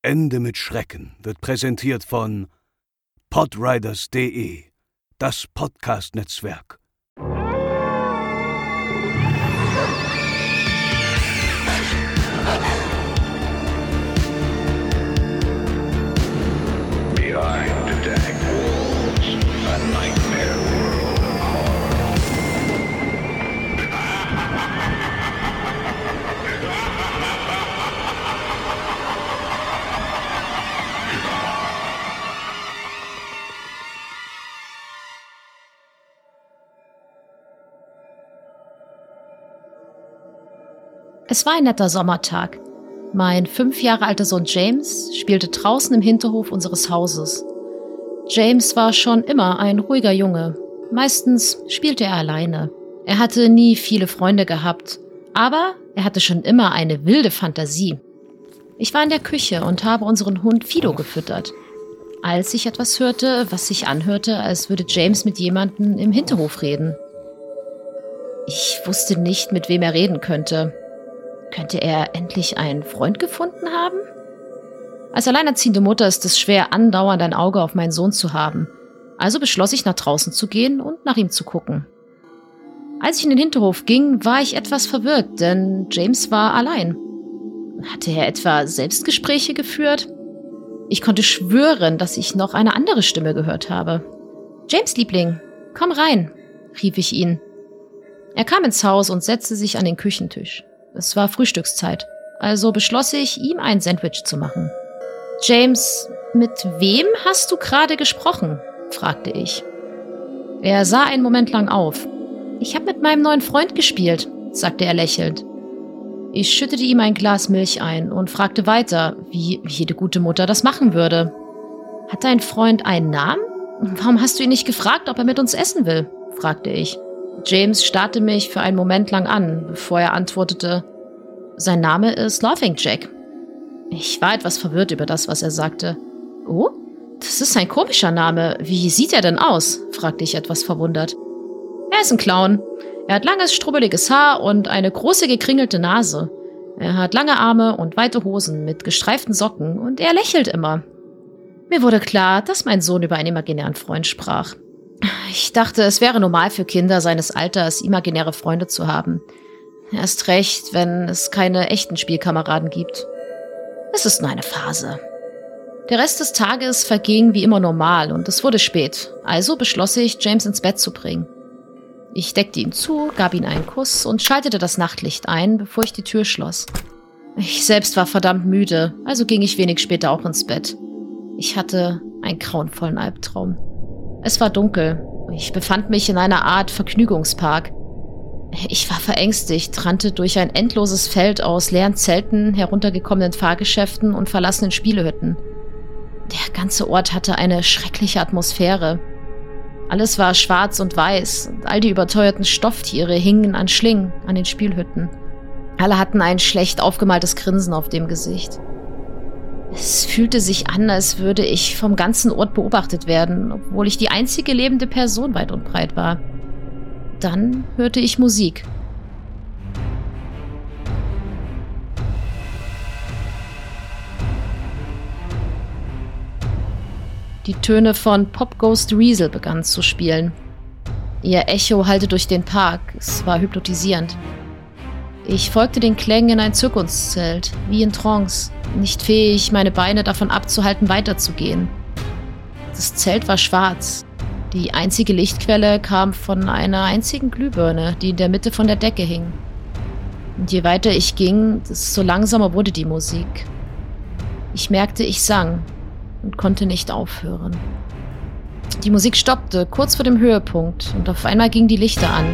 Ende mit Schrecken wird präsentiert von podriders.de, das Podcast-Netzwerk. Behind the dank walls, a nightmare world of horror. Es war ein netter Sommertag. Mein 5 Jahre alter Sohn James spielte draußen im Hinterhof unseres Hauses. James war schon immer ein ruhiger Junge. Meistens spielte er alleine. Er hatte nie viele Freunde gehabt, aber er hatte schon immer eine wilde Fantasie. Ich war in der Küche und habe unseren Hund Fido gefüttert, als ich etwas hörte, was sich anhörte, als würde James mit jemandem im Hinterhof reden. Ich wusste nicht, mit wem er reden könnte. Könnte er endlich einen Freund gefunden haben? Als alleinerziehende Mutter ist es schwer, andauernd ein Auge auf meinen Sohn zu haben. Also beschloss ich, nach draußen zu gehen und nach ihm zu gucken. Als ich in den Hinterhof ging, war ich etwas verwirrt, denn James war allein. Hatte er etwa Selbstgespräche geführt? Ich konnte schwören, dass ich noch eine andere Stimme gehört habe. »James, Liebling, komm rein«, rief ich ihn. Er kam ins Haus und setzte sich an den Küchentisch. Es war Frühstückszeit, also beschloss ich, ihm ein Sandwich zu machen. »James, mit wem hast du gerade gesprochen?« fragte ich. Er sah einen Moment lang auf. »Ich habe mit meinem neuen Freund gespielt«, sagte er lächelnd. Ich schüttete ihm ein Glas Milch ein und fragte weiter, wie jede gute Mutter das machen würde. »Hat dein Freund einen Namen? Warum hast du ihn nicht gefragt, ob er mit uns essen will?« fragte ich. James starrte mich für einen Moment lang an, bevor er antwortete, »Sein Name ist Laughing Jack.« Ich war etwas verwirrt über das, was er sagte. »Oh, das ist ein komischer Name. Wie sieht er denn aus?« fragte ich etwas verwundert. »Er ist ein Clown. Er hat langes, strubbeliges Haar und eine große, gekringelte Nase. Er hat lange Arme und weite Hosen mit gestreiften Socken und er lächelt immer.« Mir wurde klar, dass mein Sohn über einen imaginären Freund sprach. Ich dachte, es wäre normal für Kinder seines Alters, imaginäre Freunde zu haben. Erst recht, wenn es keine echten Spielkameraden gibt. Es ist nur eine Phase. Der Rest des Tages verging wie immer normal und es wurde spät. Also beschloss ich, James ins Bett zu bringen. Ich deckte ihn zu, gab ihm einen Kuss und schaltete das Nachtlicht ein, bevor ich die Tür schloss. Ich selbst war verdammt müde, also ging ich wenig später auch ins Bett. Ich hatte einen grauenvollen Albtraum. Es war dunkel. Ich befand mich in einer Art Vergnügungspark. Ich war verängstigt, rannte durch ein endloses Feld aus leeren Zelten, heruntergekommenen Fahrgeschäften und verlassenen Spielehütten. Der ganze Ort hatte eine schreckliche Atmosphäre. Alles war schwarz und weiß und all die überteuerten Stofftiere hingen an Schlingen an den Spielhütten. Alle hatten ein schlecht aufgemaltes Grinsen auf dem Gesicht. Es fühlte sich an, als würde ich vom ganzen Ort beobachtet werden, obwohl ich die einzige lebende Person weit und breit war. Dann hörte ich Musik. Die Töne von Pop Ghost Weasel begannen zu spielen. Ihr Echo hallte durch den Park. Es war hypnotisierend. Ich folgte den Klängen in ein Zirkuszelt, wie in Trance, nicht fähig, meine Beine davon abzuhalten, weiterzugehen. Das Zelt war schwarz. Die einzige Lichtquelle kam von einer einzigen Glühbirne, die in der Mitte von der Decke hing. Und je weiter ich ging, desto langsamer wurde die Musik. Ich merkte, ich sang und konnte nicht aufhören. Die Musik stoppte kurz vor dem Höhepunkt und auf einmal gingen die Lichter an.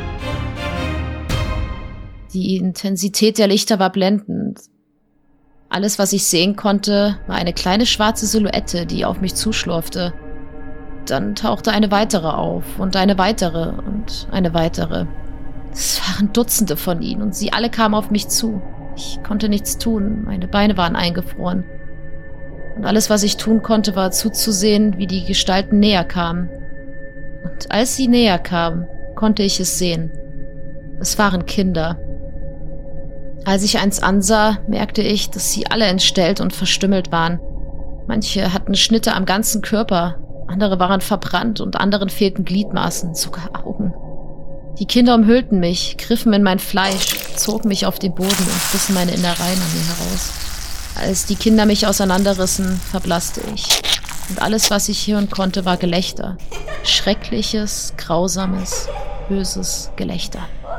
Die Intensität der Lichter war blendend. Alles, was ich sehen konnte, war eine kleine schwarze Silhouette, die auf mich zuschlurfte. Dann tauchte eine weitere auf und eine weitere und eine weitere. Es waren Dutzende von ihnen und sie alle kamen auf mich zu. Ich konnte nichts tun, meine Beine waren eingefroren. Und alles, was ich tun konnte, war zuzusehen, wie die Gestalten näher kamen. Und als sie näher kamen, konnte ich es sehen. Es waren Kinder. Als ich eins ansah, merkte ich, dass sie alle entstellt und verstümmelt waren. Manche hatten Schnitte am ganzen Körper, andere waren verbrannt und anderen fehlten Gliedmaßen, sogar Augen. Die Kinder umhüllten mich, griffen in mein Fleisch, zogen mich auf den Boden und rissen meine Innereien an mir heraus. Als die Kinder mich auseinanderrissen, verblasste ich. Und alles, was ich hören konnte, war Gelächter. Schreckliches, grausames, böses Gelächter.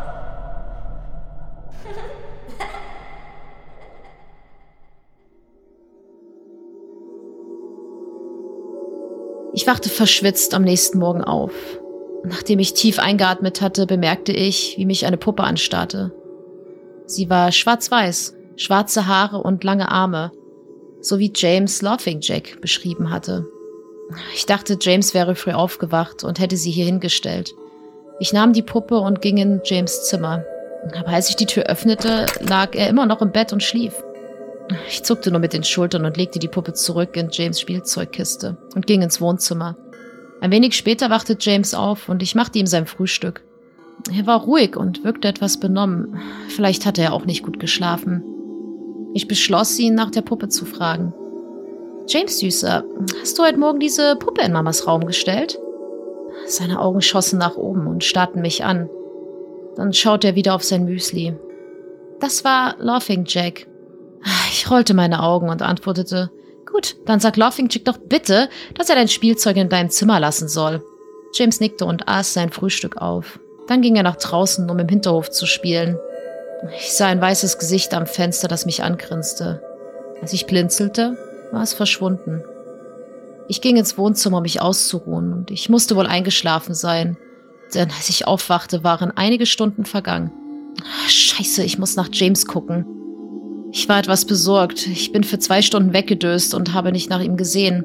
Ich wachte verschwitzt am nächsten Morgen auf. Nachdem ich tief eingeatmet hatte, bemerkte ich, wie mich eine Puppe anstarrte. Sie war schwarz-weiß, schwarze Haare und lange Arme, so wie James Laughing Jack beschrieben hatte. Ich dachte, James wäre früh aufgewacht und hätte sie hier hingestellt. Ich nahm die Puppe und ging in James' Zimmer. Aber als ich die Tür öffnete, lag er immer noch im Bett und schlief. Ich zuckte nur mit den Schultern und legte die Puppe zurück in James' Spielzeugkiste und ging ins Wohnzimmer. Ein wenig später wachte James auf und ich machte ihm sein Frühstück. Er war ruhig und wirkte etwas benommen. Vielleicht hatte er auch nicht gut geschlafen. Ich beschloss, ihn nach der Puppe zu fragen. »James, Süßer, hast du heute Morgen diese Puppe in Mamas Raum gestellt?« Seine Augen schossen nach oben und starrten mich an. Dann schaute er wieder auf sein Müsli. »Das war Laughing Jack.« Ich rollte meine Augen und antwortete, »Gut, dann sag Laughing Jack doch bitte, dass er dein Spielzeug in deinem Zimmer lassen soll.« James nickte und aß sein Frühstück auf. Dann ging er nach draußen, um im Hinterhof zu spielen. Ich sah ein weißes Gesicht am Fenster, das mich angrinste. Als ich blinzelte, war es verschwunden. Ich ging ins Wohnzimmer, um mich auszuruhen, und ich musste wohl eingeschlafen sein, denn als ich aufwachte, waren einige Stunden vergangen. Scheiße, ich muss nach James gucken. Ich war etwas besorgt. Ich bin für 2 Stunden weggedöst und habe nicht nach ihm gesehen.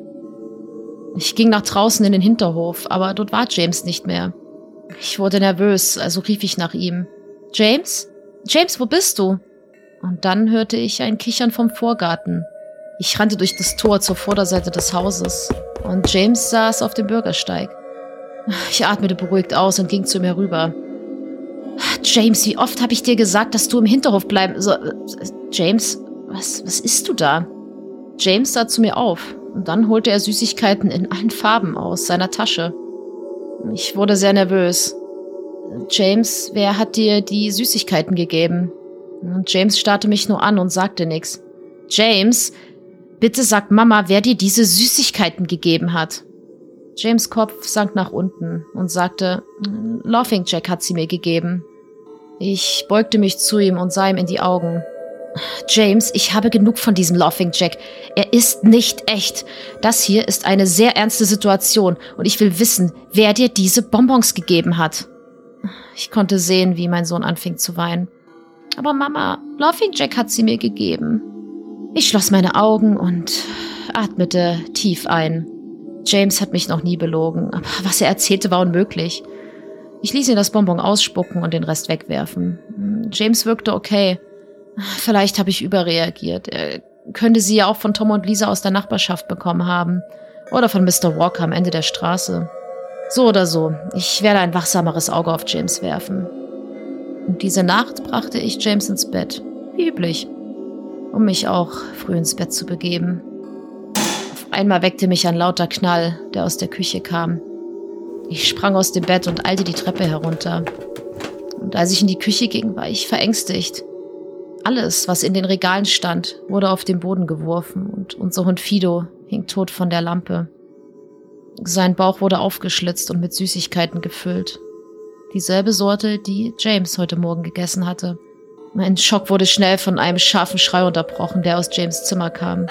Ich ging nach draußen in den Hinterhof, aber dort war James nicht mehr. Ich wurde nervös, also rief ich nach ihm. »James? James, wo bist du?« Und dann hörte ich ein Kichern vom Vorgarten. Ich rannte durch das Tor zur Vorderseite des Hauses und James saß auf dem Bürgersteig. Ich atmete beruhigt aus und ging zu ihm herüber. »James, wie oft habe ich dir gesagt, dass du im Hinterhof bleiben sollst? James, was isst du da?« James sah zu mir auf und dann holte er Süßigkeiten in allen Farben aus seiner Tasche. Ich wurde sehr nervös. »James, wer hat dir die Süßigkeiten gegeben?« Und James starrte mich nur an und sagte nichts. »James, bitte sag Mama, wer dir diese Süßigkeiten gegeben hat.« James' Kopf sank nach unten und sagte, »Laughing Jack hat sie mir gegeben.« Ich beugte mich zu ihm und sah ihm in die Augen. »James, ich habe genug von diesem Laughing Jack. Er ist nicht echt. Das hier ist eine sehr ernste Situation und ich will wissen, wer dir diese Bonbons gegeben hat.« Ich konnte sehen, wie mein Sohn anfing zu weinen. »Aber Mama, Laughing Jack hat sie mir gegeben.« Ich schloss meine Augen und atmete tief ein. James hat mich noch nie belogen, aber was er erzählte, war unmöglich. Ich ließ ihn das Bonbon ausspucken und den Rest wegwerfen. James wirkte okay. Vielleicht habe ich überreagiert. Er könnte sie ja auch von Tom und Lisa aus der Nachbarschaft bekommen haben. Oder von Mr. Walker am Ende der Straße. So oder so, ich werde ein wachsameres Auge auf James werfen. Und diese Nacht brachte ich James ins Bett, wie üblich, um mich auch früh ins Bett zu begeben. Auf einmal weckte mich ein lauter Knall, der aus der Küche kam. Ich sprang aus dem Bett und eilte die Treppe herunter. Und als ich in die Küche ging, war ich verängstigt. Alles, was in den Regalen stand, wurde auf den Boden geworfen und unser Hund Fido hing tot von der Lampe. Sein Bauch wurde aufgeschlitzt und mit Süßigkeiten gefüllt. Dieselbe Sorte, die James heute Morgen gegessen hatte. Mein Schock wurde schnell von einem scharfen Schrei unterbrochen, der aus James' Zimmer kam.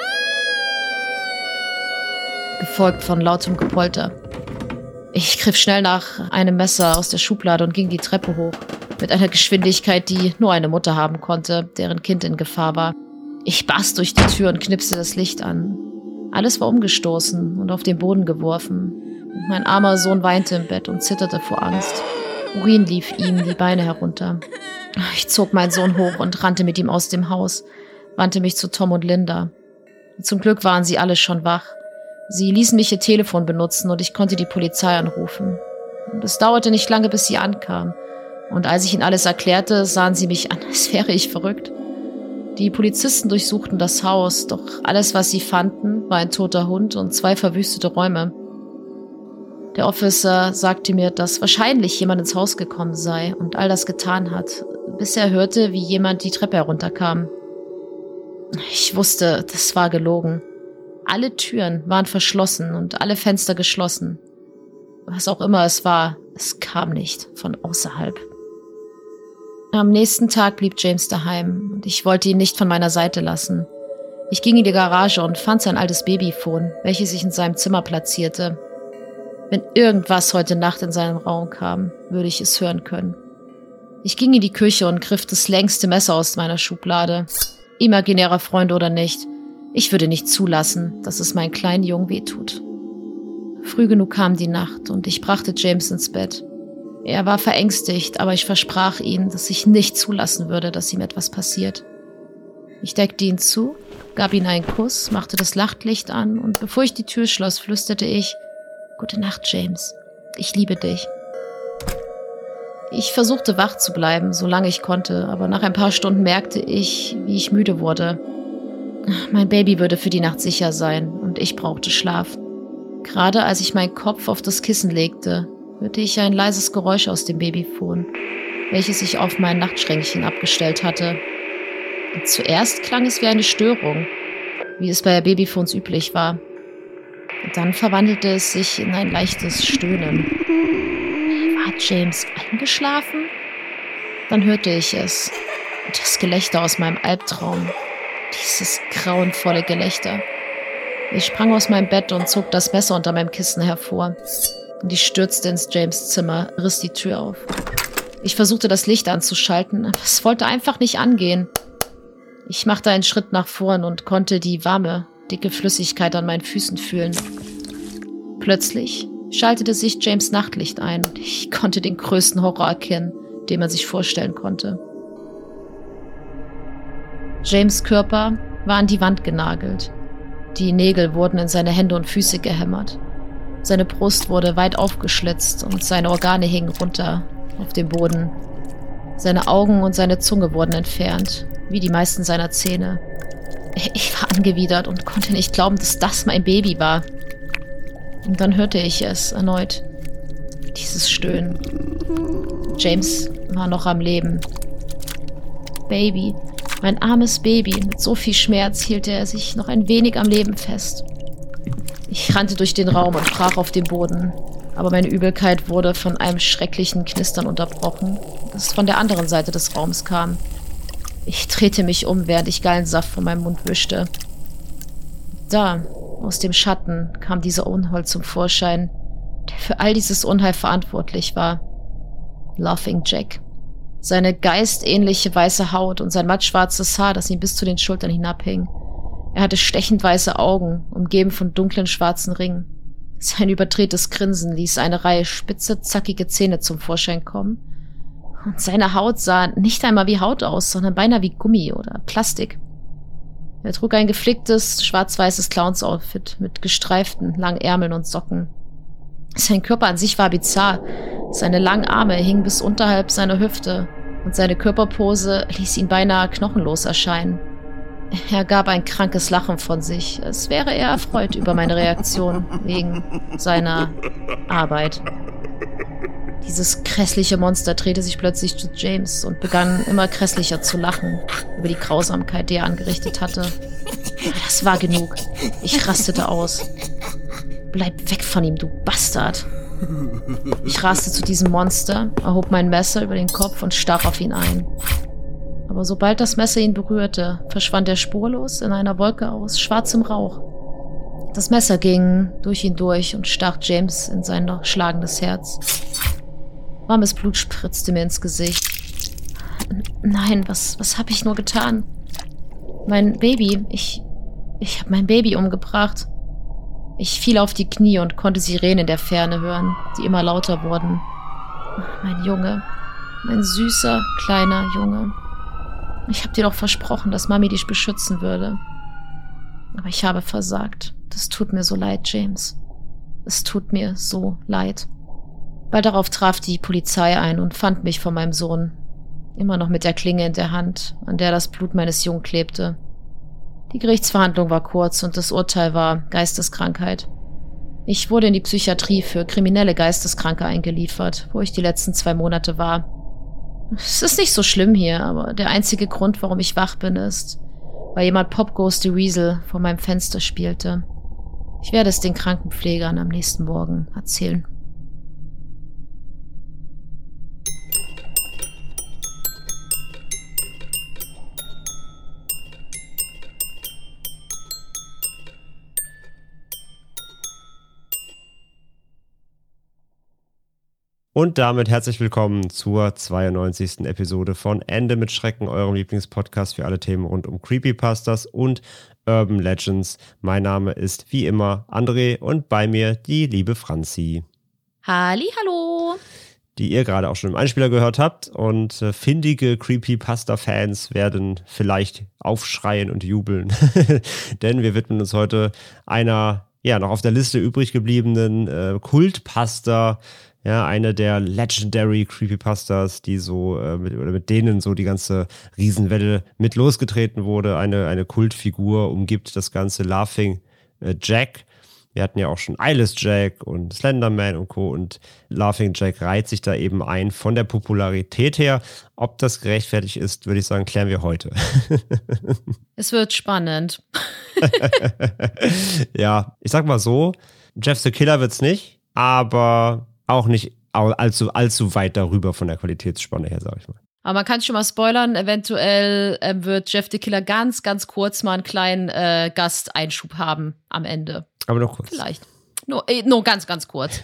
Gefolgt von lautem Gepolter. Ich griff schnell nach einem Messer aus der Schublade und ging die Treppe hoch. Mit einer Geschwindigkeit, die nur eine Mutter haben konnte, deren Kind in Gefahr war. Ich barst durch die Tür und knipste das Licht an. Alles war umgestoßen und auf den Boden geworfen. Und mein armer Sohn weinte im Bett und zitterte vor Angst. Urin lief ihm die Beine herunter. Ich zog meinen Sohn hoch und rannte mit ihm aus dem Haus, wandte mich zu Tom und Linda. Zum Glück waren sie alle schon wach. Sie ließen mich ihr Telefon benutzen und ich konnte die Polizei anrufen. Und es dauerte nicht lange, bis sie ankam. Und als ich ihnen alles erklärte, sahen sie mich an, als wäre ich verrückt. Die Polizisten durchsuchten das Haus, doch alles, was sie fanden, war ein toter Hund und 2 verwüstete Räume. Der Officer sagte mir, dass wahrscheinlich jemand ins Haus gekommen sei und all das getan hat, bis er hörte, wie jemand die Treppe herunterkam. Ich wusste, das war gelogen. Alle Türen waren verschlossen und alle Fenster geschlossen. Was auch immer es war, es kam nicht von außerhalb. Am nächsten Tag blieb James daheim und ich wollte ihn nicht von meiner Seite lassen. Ich ging in die Garage und fand sein altes Babyphone, welches sich in seinem Zimmer platzierte. Wenn irgendwas heute Nacht in seinem Raum kam, würde ich es hören können. Ich ging in die Küche und griff das längste Messer aus meiner Schublade. Imaginärer Freund oder nicht, ich würde nicht zulassen, dass es meinen kleinen Jungen wehtut. Früh genug kam die Nacht und ich brachte James ins Bett. Er war verängstigt, aber ich versprach ihm, dass ich nicht zulassen würde, dass ihm etwas passiert. Ich deckte ihn zu, gab ihm einen Kuss, machte das Nachtlicht an und bevor ich die Tür schloss, flüsterte ich: Gute Nacht, James. Ich liebe dich. Ich versuchte wach zu bleiben, solange ich konnte, aber nach ein paar Stunden merkte ich, wie ich müde wurde. Mein Baby würde für die Nacht sicher sein und ich brauchte Schlaf. Gerade als ich meinen Kopf auf das Kissen legte, hörte ich ein leises Geräusch aus dem Babyphone, welches ich auf mein Nachtschränkchen abgestellt hatte. Und zuerst klang es wie eine Störung, wie es bei Babyphones üblich war. Und dann verwandelte es sich in ein leichtes Stöhnen. War James eingeschlafen? Dann hörte ich es. Das Gelächter aus meinem Albtraum. Dieses grauenvolle Gelächter. Ich sprang aus meinem Bett und zog das Messer unter meinem Kissen hervor. Und ich stürzte ins James' Zimmer, riss die Tür auf. Ich versuchte das Licht anzuschalten, aber es wollte einfach nicht angehen. Ich machte einen Schritt nach vorn und konnte die warme, dicke Flüssigkeit an meinen Füßen fühlen. Plötzlich schaltete sich James' Nachtlicht ein und ich konnte den größten Horror erkennen, den man sich vorstellen konnte. James' Körper war an die Wand genagelt. Die Nägel wurden in seine Hände und Füße gehämmert. Seine Brust wurde weit aufgeschlitzt und seine Organe hingen runter auf dem Boden. Seine Augen und seine Zunge wurden entfernt, wie die meisten seiner Zähne. Ich war angewidert und konnte nicht glauben, dass das mein Baby war. Und dann hörte ich es erneut. Dieses Stöhnen. James war noch am Leben. Baby, mein armes Baby, mit so viel Schmerz hielt er sich noch ein wenig am Leben fest. Ich rannte durch den Raum und brach auf den Boden, aber meine Übelkeit wurde von einem schrecklichen Knistern unterbrochen, das von der anderen Seite des Raums kam. Ich drehte mich um, während ich Gallensaft von meinem Mund wischte. Da, aus dem Schatten, kam dieser Unhold zum Vorschein, der für all dieses Unheil verantwortlich war. Laughing Jack. Seine geistähnliche weiße Haut und sein mattschwarzes Haar, das ihm bis zu den Schultern hinabhing. Er hatte stechend weiße Augen, umgeben von dunklen schwarzen Ringen. Sein überdrehtes Grinsen ließ eine Reihe spitze, zackige Zähne zum Vorschein kommen. Und seine Haut sah nicht einmal wie Haut aus, sondern beinahe wie Gummi oder Plastik. Er trug ein geflicktes, schwarz-weißes Clowns-Outfit mit gestreiften, langen Ärmeln und Socken. Sein Körper an sich war bizarr. Seine langen Arme hingen bis unterhalb seiner Hüfte und seine Körperpose ließ ihn beinahe knochenlos erscheinen. Er gab ein krankes Lachen von sich, als wäre er erfreut über meine Reaktion wegen seiner Arbeit. Dieses grässliche Monster drehte sich plötzlich zu James und begann immer grässlicher zu lachen über die Grausamkeit, die er angerichtet hatte. Das war genug. Ich rastete aus. Bleib weg von ihm, du Bastard! Ich raste zu diesem Monster, erhob mein Messer über den Kopf und stach auf ihn ein. Aber sobald das Messer ihn berührte, verschwand er spurlos in einer Wolke aus schwarzem Rauch. Das Messer ging durch ihn durch und stach James in sein noch schlagendes Herz. Warmes Blut spritzte mir ins Gesicht. Nein, was habe ich nur getan? Mein Baby, ich habe mein Baby umgebracht. Ich fiel auf die Knie und konnte Sirenen in der Ferne hören, die immer lauter wurden. Mein Junge, mein süßer, kleiner Junge. Ich habe dir doch versprochen, dass Mami dich beschützen würde. Aber ich habe versagt. Das tut mir so leid, James. Es tut mir so leid. Bald darauf traf die Polizei ein und fand mich von meinem Sohn. immer noch mit der Klinge in der Hand, an der das Blut meines Jungen klebte. Die Gerichtsverhandlung war kurz und das Urteil war Geisteskrankheit. Ich wurde in die Psychiatrie für kriminelle Geisteskranke eingeliefert, wo ich die letzten 2 Monate war. Es ist nicht so schlimm hier, aber der einzige Grund, warum ich wach bin, ist, weil jemand Pop Goes the Weasel vor meinem Fenster spielte. Ich werde es den Krankenpflegern am nächsten Morgen erzählen. Und damit herzlich willkommen zur 92. Episode von Ende mit Schrecken, eurem Lieblingspodcast für alle Themen rund um Creepypastas und Urban Legends. Mein Name ist wie immer André und bei mir die liebe Franzi. Hallo. Die ihr gerade auch schon im Einspieler gehört habt. Und findige Creepypasta-Fans werden vielleicht aufschreien und jubeln. Denn wir widmen uns heute einer, noch auf der Liste übrig gebliebenen Kultpasta. Ja, eine der Legendary Creepypastas, die so mit denen so die ganze Riesenwelle mit losgetreten wurde. Eine Kultfigur umgibt das ganze Laughing Jack. Wir hatten ja auch schon Eyeless Jack und Slenderman und Co. Und Laughing Jack reiht sich da eben ein von der Popularität her. Ob das gerechtfertigt ist, würde ich sagen, klären wir heute. Es wird spannend. Ja, ich sag mal so, Jeff the Killer wird's nicht, aber auch nicht allzu weit darüber von der Qualitätsspanne her, sag ich mal. Aber man kann schon mal spoilern, eventuell wird Jeff the Killer ganz, ganz kurz mal einen kleinen Gasteinschub haben am Ende. Aber noch kurz. Vielleicht. Nur ganz, ganz kurz.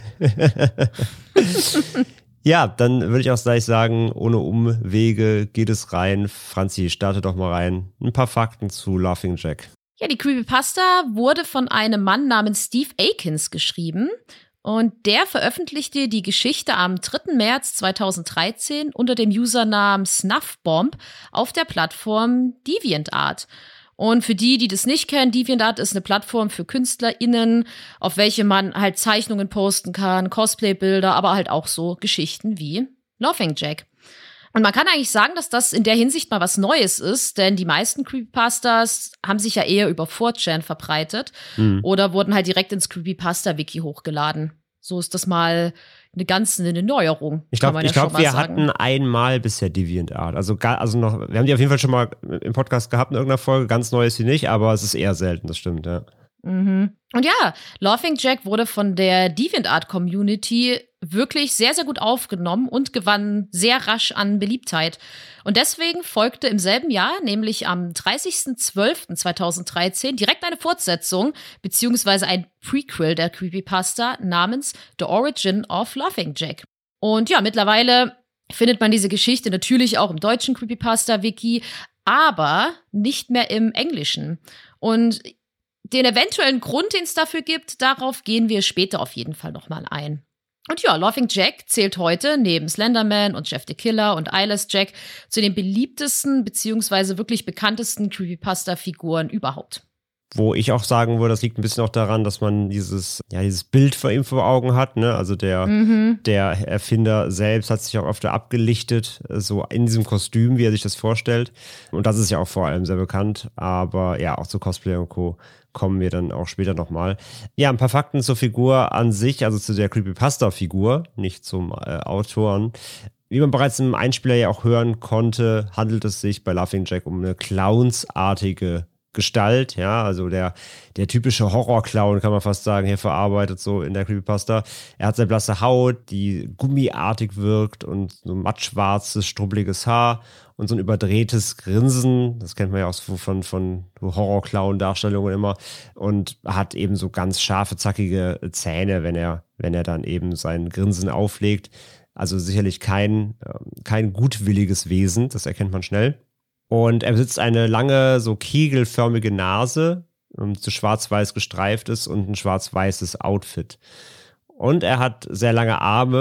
Ja, dann würde ich auch gleich sagen, ohne Umwege geht es rein. Franzi, starte doch mal rein. Ein paar Fakten zu Laughing Jack. Ja, die Creepypasta wurde von einem Mann namens Steve Akins geschrieben. Und der veröffentlichte die Geschichte am 3. März 2013 unter dem Usernamen Snuffbomb auf der Plattform DeviantArt. Und für die das nicht kennen, DeviantArt ist eine Plattform für KünstlerInnen, auf welche man halt Zeichnungen posten kann, Cosplay-Bilder, aber halt auch so Geschichten wie Laughing Jack. Und man kann eigentlich sagen, dass das in der Hinsicht mal was Neues ist, denn die meisten Creepypastas haben sich ja eher über 4chan verbreitet oder wurden halt direkt ins Creepypasta-Wiki hochgeladen. So ist das mal eine Neuerung. Ich glaube, wir hatten einmal bisher DeviantArt. Also wir haben die auf jeden Fall schon mal im Podcast gehabt in irgendeiner Folge. Ganz neu ist sie nicht, aber es ist eher selten, das stimmt, ja. Mhm. Und ja, Laughing Jack wurde von der DeviantArt-Community wirklich sehr, sehr gut aufgenommen und gewann sehr rasch an Beliebtheit. Und deswegen folgte im selben Jahr, nämlich am 30.12.2013, direkt eine Fortsetzung, beziehungsweise ein Prequel der Creepypasta namens The Origin of Laughing Jack. Und ja, mittlerweile findet man diese Geschichte natürlich auch im deutschen Creepypasta-Wiki, aber nicht mehr im Englischen. Und den eventuellen Grund, den es dafür gibt, darauf gehen wir später auf jeden Fall nochmal ein. Und ja, Laughing Jack zählt heute neben Slenderman und Jeff the Killer und Eyeless Jack zu den beliebtesten bzw. wirklich bekanntesten Creepypasta-Figuren überhaupt. Wo ich auch sagen würde, das liegt ein bisschen auch daran, dass man dieses Bild vor ihm vor Augen hat, ne? Also der Erfinder selbst hat sich auch öfter abgelichtet, so in diesem Kostüm, wie er sich das vorstellt. Und das ist ja auch vor allem sehr bekannt. Aber ja, auch zu Cosplay und Co. kommen wir dann auch später nochmal. Ja, ein paar Fakten zur Figur an sich, also zu der Creepypasta-Figur, nicht zum Autoren. Wie man bereits im Einspieler ja auch hören konnte, handelt es sich bei Laughing Jack um eine clownsartige Gestalt, ja, also der typische Horrorclown, kann man fast sagen, hier verarbeitet so in der Creepypasta. Er hat sehr blasse Haut, die gummiartig wirkt und so mattschwarzes, strubbeliges Haar und so ein überdrehtes Grinsen, das kennt man ja auch so von Horrorclown-Darstellungen immer, und hat eben so ganz scharfe, zackige Zähne, wenn er dann eben sein Grinsen auflegt. Also sicherlich kein gutwilliges Wesen, das erkennt man schnell. Und er besitzt eine lange, so kegelförmige Nase, die so schwarz-weiß gestreift ist und ein schwarz-weißes Outfit. Und er hat sehr lange Arme,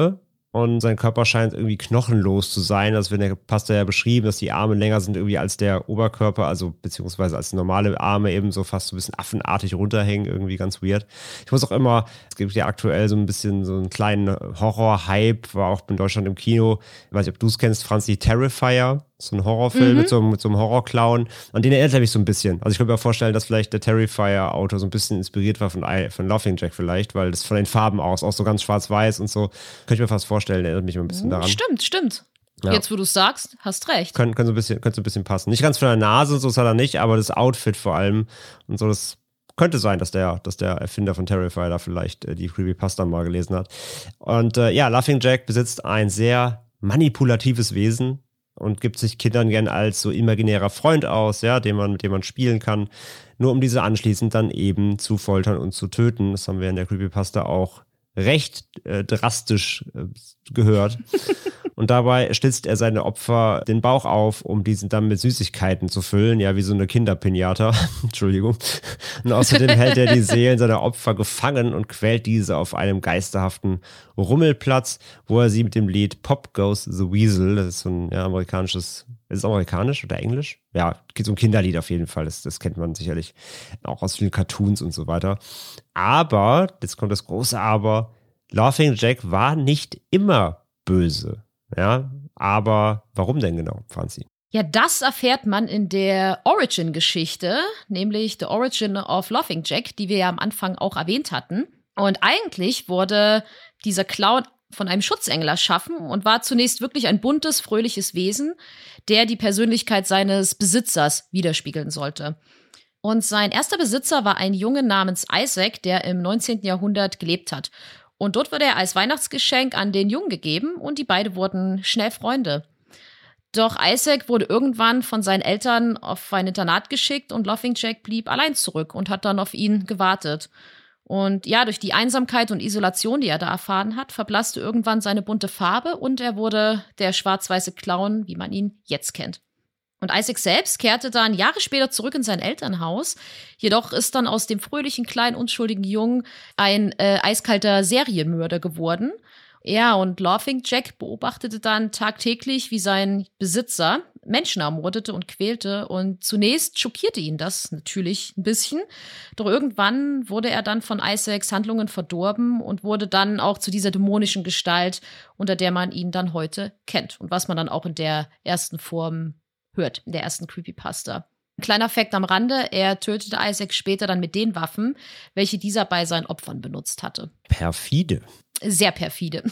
und sein Körper scheint irgendwie knochenlos zu sein. Das wird in der Pasta ja beschrieben, dass die Arme länger sind irgendwie als der Oberkörper, also beziehungsweise als normale Arme eben so fast so ein bisschen affenartig runterhängen, irgendwie ganz weird. Ich muss auch immer, es gibt ja aktuell so ein bisschen so einen kleinen Horror-Hype, war auch in Deutschland im Kino, ich weiß nicht, ob du es kennst, Franzi, Terrifier, so ein Horrorfilm mit so einem Horrorclown. An den erinnert er mich so ein bisschen. Also ich könnte mir vorstellen, dass vielleicht der Terrifier-Autor so ein bisschen inspiriert war von Laughing Jack vielleicht, weil das von den Farben aus, auch so ganz schwarz-weiß und so, könnte ich mir fast vorstellen, erinnert mich immer ein bisschen daran. Stimmt. Ja. Jetzt, wo du es sagst, hast recht. Könnte so ein bisschen passen. Nicht ganz von der Nase, so ist er da nicht, aber das Outfit vor allem und so, das könnte sein, dass der Erfinder von Terrifier da vielleicht die Creepypasta mal gelesen hat. Und Laughing Jack besitzt ein sehr manipulatives Wesen und gibt sich Kindern gern als so imaginärer Freund aus, ja, mit dem man spielen kann, nur um diese anschließend dann eben zu foltern und zu töten. Das haben wir in der Creepypasta auch recht drastisch gehört. Und dabei schlitzt er seine Opfer den Bauch auf, um diesen dann mit Süßigkeiten zu füllen, ja, wie so eine Kinderpinata. Entschuldigung. Und außerdem hält er die Seelen seiner Opfer gefangen und quält diese auf einem geisterhaften Rummelplatz, wo er sie mit dem Lied Pop Goes the Weasel, das ist so ein amerikanisches, ist es amerikanisch oder englisch? Ja, so ein Kinderlied auf jeden Fall, das kennt man sicherlich auch aus vielen Cartoons und so weiter. Aber, jetzt kommt das große Aber, Laughing Jack war nicht immer böse. Ja, aber warum denn genau, Franzi? Ja, das erfährt man in der Origin-Geschichte, nämlich The Origin of Laughing Jack, die wir ja am Anfang auch erwähnt hatten. Und eigentlich wurde dieser Clown von einem Schutzengel erschaffen und war zunächst wirklich ein buntes, fröhliches Wesen, der die Persönlichkeit seines Besitzers widerspiegeln sollte. Und sein erster Besitzer war ein Junge namens Isaac, der im 19. Jahrhundert gelebt hat. Und dort wurde er als Weihnachtsgeschenk an den Jungen gegeben und die beiden wurden schnell Freunde. Doch Isaac wurde irgendwann von seinen Eltern auf ein Internat geschickt und Laughing Jack blieb allein zurück und hat dann auf ihn gewartet. Und ja, durch die Einsamkeit und Isolation, die er da erfahren hat, verblasste irgendwann seine bunte Farbe und er wurde der schwarz-weiße Clown, wie man ihn jetzt kennt. Und Isaac selbst kehrte dann Jahre später zurück in sein Elternhaus. Jedoch ist dann aus dem fröhlichen, kleinen, unschuldigen Jungen ein eiskalter Serienmörder geworden. Ja, und Laughing Jack beobachtete dann tagtäglich, wie sein Besitzer Menschen ermordete und quälte. Und zunächst schockierte ihn das natürlich ein bisschen. Doch irgendwann wurde er dann von Isaacs Handlungen verdorben und wurde dann auch zu dieser dämonischen Gestalt, unter der man ihn dann heute kennt. Und was man dann auch in der ersten Form hört, in der ersten Creepypasta. Ein kleiner Fact am Rande, er tötete Isaac später dann mit den Waffen, welche dieser bei seinen Opfern benutzt hatte. Perfide. Sehr perfide.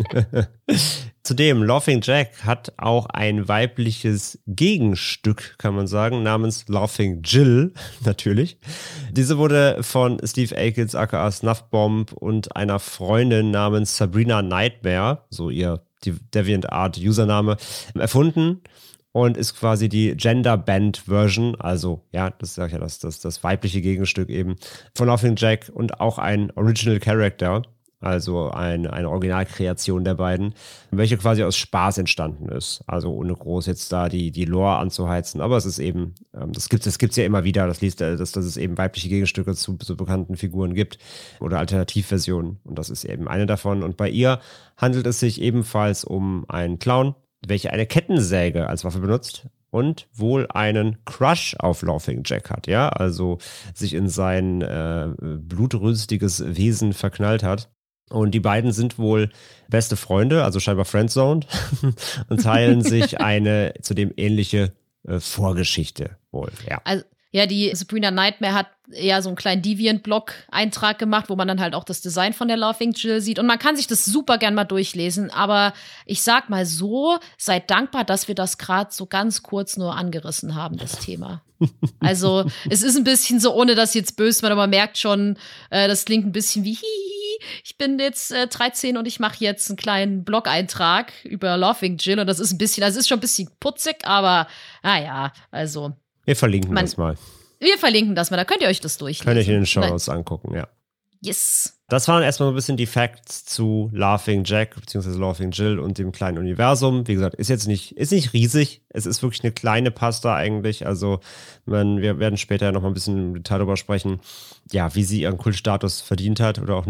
Zudem, Laughing Jack hat auch ein weibliches Gegenstück, kann man sagen, namens Laughing Jill, natürlich. Diese wurde von Steve Ackles aka Snuffbomb und einer Freundin namens Sabrina Nightmare, so ihr DeviantArt-Username, erfunden. Und ist quasi die Gender-Band-Version, also ja, das sage ich ja, das weibliche Gegenstück eben von Laughing Jack und auch ein Original Character, also eine Originalkreation der beiden, welche quasi aus Spaß entstanden ist. Also ohne groß jetzt da die Lore anzuheizen, aber es ist eben, das gibt's ja immer wieder, dass es eben weibliche Gegenstücke zu bekannten Figuren gibt oder Alternativversionen und das ist eben eine davon. Und bei ihr handelt es sich ebenfalls um einen Clown, welche eine Kettensäge als Waffe benutzt und wohl einen Crush auf Laughing Jack hat, ja, also sich in sein blutrünstiges Wesen verknallt hat. Und die beiden sind wohl beste Freunde, also scheinbar friendzoned und teilen sich eine zudem ähnliche Vorgeschichte wohl, ja. Also, ja, die Sabrina Nightmare hat eher so einen kleinen Deviant-Blog-Eintrag gemacht, wo man dann halt auch das Design von der Laughing Jill sieht. Und man kann sich das super gern mal durchlesen. Aber ich sag mal so, seid dankbar, dass wir das gerade so ganz kurz nur angerissen haben, das Thema. Also es ist ein bisschen so, ohne dass jetzt böse wird, aber man merkt schon, das klingt ein bisschen wie ich bin jetzt 13 und ich mache jetzt einen kleinen Blog-Eintrag über Laughing Jill. Und das ist ein bisschen, also es ist schon ein bisschen putzig, aber naja, also wir verlinken das mal. Wir verlinken das mal, da könnt ihr euch das durchlesen. Könnt ihr euch in den Shownotes angucken, ja. Yes. Das waren erstmal ein bisschen die Facts zu Laughing Jack bzw. Laughing Jill und dem kleinen Universum. Wie gesagt, ist nicht riesig. Es ist wirklich eine kleine Pasta eigentlich. Also wir werden später noch mal ein bisschen im Detail darüber sprechen, ja, wie sie ihren Kultstatus verdient hat oder auch nicht.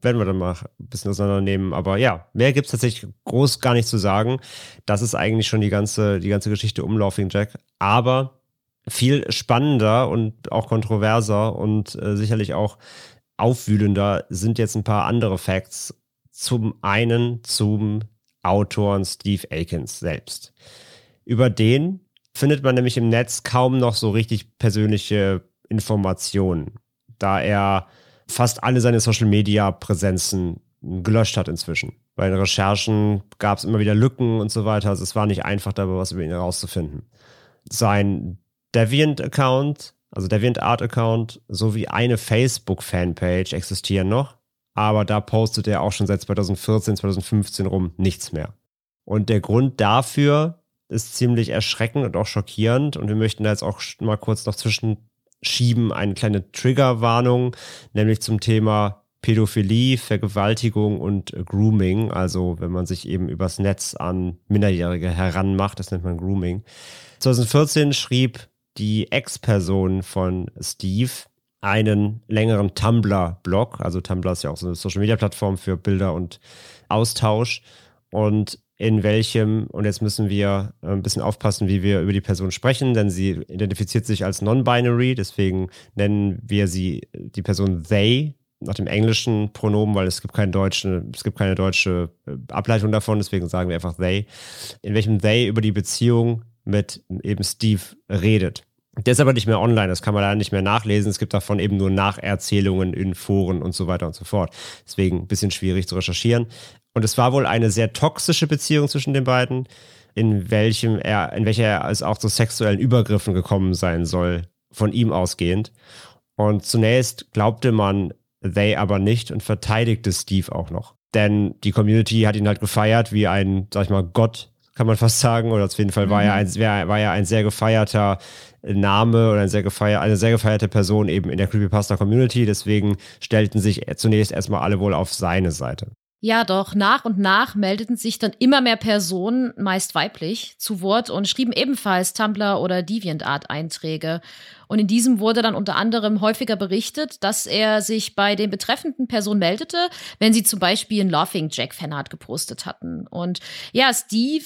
werden wir dann mal ein bisschen auseinandernehmen. Aber ja, mehr gibt es tatsächlich groß gar nicht zu sagen. Das ist eigentlich schon die ganze Geschichte um Laughing Jack. Aber viel spannender und auch kontroverser und sicherlich auch aufwühlender sind jetzt ein paar andere Facts. Zum einen zum Autoren Steve Akins selbst. Über den findet man nämlich im Netz kaum noch so richtig persönliche Informationen, da er fast alle seine Social-Media-Präsenzen gelöscht hat inzwischen. Bei den Recherchen gab es immer wieder Lücken und so weiter, also es war nicht einfach, dabei was über ihn herauszufinden. Sein Deviant-Account, also DeviantArt-Account, sowie eine Facebook-Fanpage existieren noch, aber da postet er auch schon seit 2014, 2015 rum nichts mehr. Und der Grund dafür ist ziemlich erschreckend und auch schockierend und wir möchten da jetzt auch mal kurz noch zwischenschieben eine kleine Triggerwarnung, nämlich zum Thema Pädophilie, Vergewaltigung und Grooming, also wenn man sich eben übers Netz an Minderjährige heranmacht, das nennt man Grooming. 2014 schrieb die Ex-Person von Steve einen längeren Tumblr-Blog, also Tumblr ist ja auch so eine Social-Media-Plattform für Bilder und Austausch und in welchem, und jetzt müssen wir ein bisschen aufpassen, wie wir über die Person sprechen, denn sie identifiziert sich als non-binary, deswegen nennen wir sie die Person they, nach dem englischen Pronomen, weil es gibt keine deutsche Ableitung davon, deswegen sagen wir einfach they, in welchem they über die Beziehung mit eben Steve redet. Der ist aber nicht mehr online, das kann man leider nicht mehr nachlesen. Es gibt davon eben nur Nacherzählungen in Foren und so weiter und so fort. Deswegen ein bisschen schwierig zu recherchieren. Und es war wohl eine sehr toxische Beziehung zwischen den beiden, in welcher er es auch zu sexuellen Übergriffen gekommen sein soll, von ihm ausgehend. Und zunächst glaubte man they aber nicht und verteidigte Steve auch noch. Denn die Community hat ihn halt gefeiert wie ein, sag ich mal, Gott, kann man fast sagen, oder auf jeden Fall war er ein sehr gefeierter Name oder eine sehr gefeierte Person eben in der Creepypasta-Community, deswegen stellten sich zunächst erstmal alle wohl auf seine Seite. Ja, doch nach und nach meldeten sich dann immer mehr Personen, meist weiblich, zu Wort und schrieben ebenfalls Tumblr- oder DeviantArt-Einträge. Und in diesem wurde dann unter anderem häufiger berichtet, dass er sich bei den betreffenden Personen meldete, wenn sie zum Beispiel ein Laughing Jack-Fanart gepostet hatten. Und ja, Steve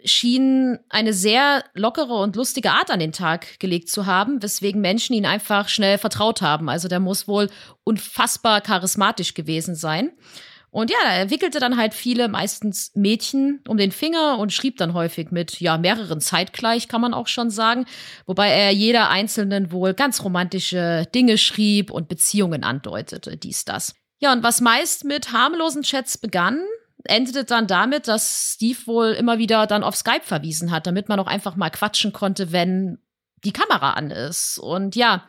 schien eine sehr lockere und lustige Art an den Tag gelegt zu haben, weswegen Menschen ihn einfach schnell vertraut haben. Also der muss wohl unfassbar charismatisch gewesen sein. Und ja, er wickelte dann halt viele, meistens Mädchen, um den Finger und schrieb dann häufig mit, ja, mehreren zeitgleich, kann man auch schon sagen. Wobei er jeder Einzelnen wohl ganz romantische Dinge schrieb und Beziehungen andeutete, dies, das. Ja, und was meist mit harmlosen Chats begann, endete dann damit, dass Steve wohl immer wieder dann auf Skype verwiesen hat, damit man auch einfach mal quatschen konnte, wenn die Kamera an ist. Und ja,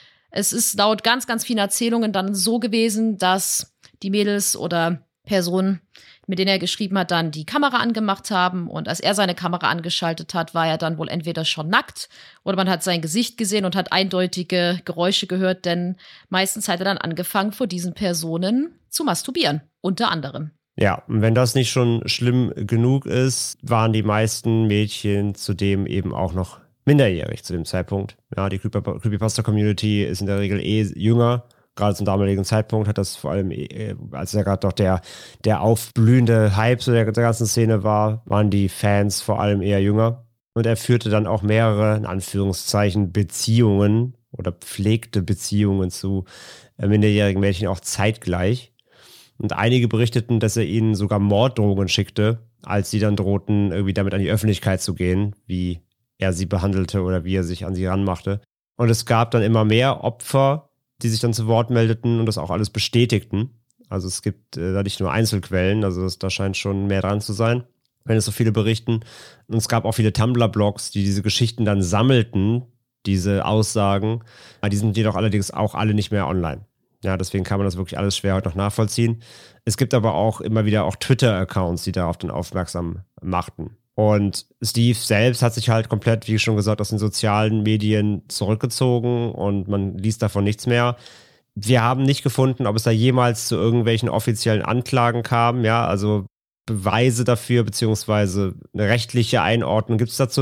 es ist laut ganz, ganz vielen Erzählungen dann so gewesen, dass die Mädels oder Personen, mit denen er geschrieben hat, dann die Kamera angemacht haben. Und als er seine Kamera angeschaltet hat, war er dann wohl entweder schon nackt oder man hat sein Gesicht gesehen und hat eindeutige Geräusche gehört, denn meistens hat er dann angefangen, vor diesen Personen zu masturbieren, unter anderem. Ja, und wenn das nicht schon schlimm genug ist, waren die meisten Mädchen zudem eben auch noch minderjährig zu dem Zeitpunkt. Ja, die Creepypasta-Community ist in der Regel jünger. Gerade zum damaligen Zeitpunkt hat das vor allem, als er gerade noch der aufblühende Hype so der ganzen Szene war, waren die Fans vor allem eher jünger. Und er führte dann auch mehrere, in Anführungszeichen, Beziehungen oder pflegte Beziehungen zu minderjährigen Mädchen auch zeitgleich. Und einige berichteten, dass er ihnen sogar Morddrohungen schickte, als sie dann drohten, irgendwie damit an die Öffentlichkeit zu gehen, wie er sie behandelte oder wie er sich an sie ranmachte. Und es gab dann immer mehr Opfer, die sich dann zu Wort meldeten und das auch alles bestätigten. Also es gibt da nicht nur Einzelquellen, also da scheint schon mehr dran zu sein, wenn es so viele berichten. Und es gab auch viele Tumblr-Blogs, die diese Geschichten dann sammelten, diese Aussagen. Die sind jedoch allerdings auch alle nicht mehr online. Ja, deswegen kann man das wirklich alles schwer heute noch nachvollziehen. Es gibt aber auch immer wieder auch Twitter-Accounts, die darauf dann aufmerksam machten. Und Steve selbst hat sich halt komplett, wie schon gesagt, aus den sozialen Medien zurückgezogen und man liest davon nichts mehr. Wir haben nicht gefunden, ob es da jemals zu irgendwelchen offiziellen Anklagen kam. Ja, also Beweise dafür, beziehungsweise eine rechtliche Einordnung gibt es dazu nicht.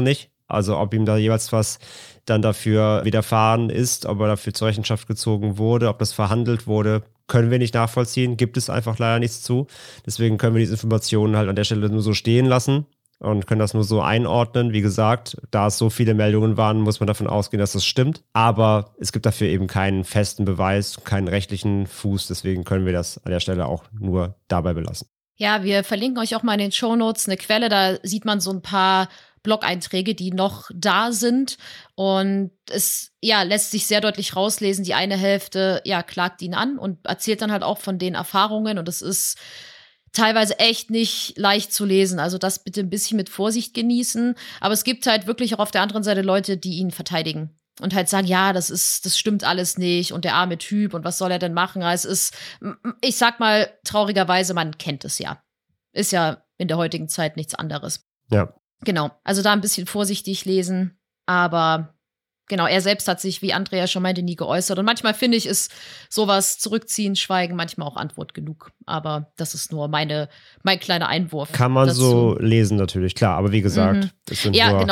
Also ob ihm da jeweils was dann dafür widerfahren ist, ob er dafür zur Rechenschaft gezogen wurde, ob das verhandelt wurde, können wir nicht nachvollziehen, gibt es einfach leider nichts zu. Deswegen können wir diese Informationen halt an der Stelle nur so stehen lassen und können das nur so einordnen. Wie gesagt, da es so viele Meldungen waren, muss man davon ausgehen, dass das stimmt. Aber es gibt dafür eben keinen festen Beweis, keinen rechtlichen Fuß. Deswegen können wir das an der Stelle auch nur dabei belassen. Ja, wir verlinken euch auch mal in den Shownotes eine Quelle, da sieht man so ein paar Blog-Einträge, die noch da sind. Und es lässt sich sehr deutlich rauslesen. Die eine Hälfte klagt ihn an und erzählt dann halt auch von den Erfahrungen. Und es ist teilweise echt nicht leicht zu lesen. Also das bitte ein bisschen mit Vorsicht genießen. Aber es gibt halt wirklich auch auf der anderen Seite Leute, die ihn verteidigen. Und halt sagen, ja, das stimmt alles nicht und der arme Typ und was soll er denn machen? Es ist, ich sag mal, traurigerweise, man kennt es ja. Ist ja in der heutigen Zeit nichts anderes. Ja. Genau, also da ein bisschen vorsichtig lesen, aber genau, er selbst hat sich, wie Andrea schon meinte, nie geäußert. Und manchmal finde ich, ist sowas zurückziehen, schweigen, manchmal auch Antwort genug. Aber das ist nur mein kleiner Einwurf. Kann man dazu so lesen natürlich, klar. Aber wie gesagt, es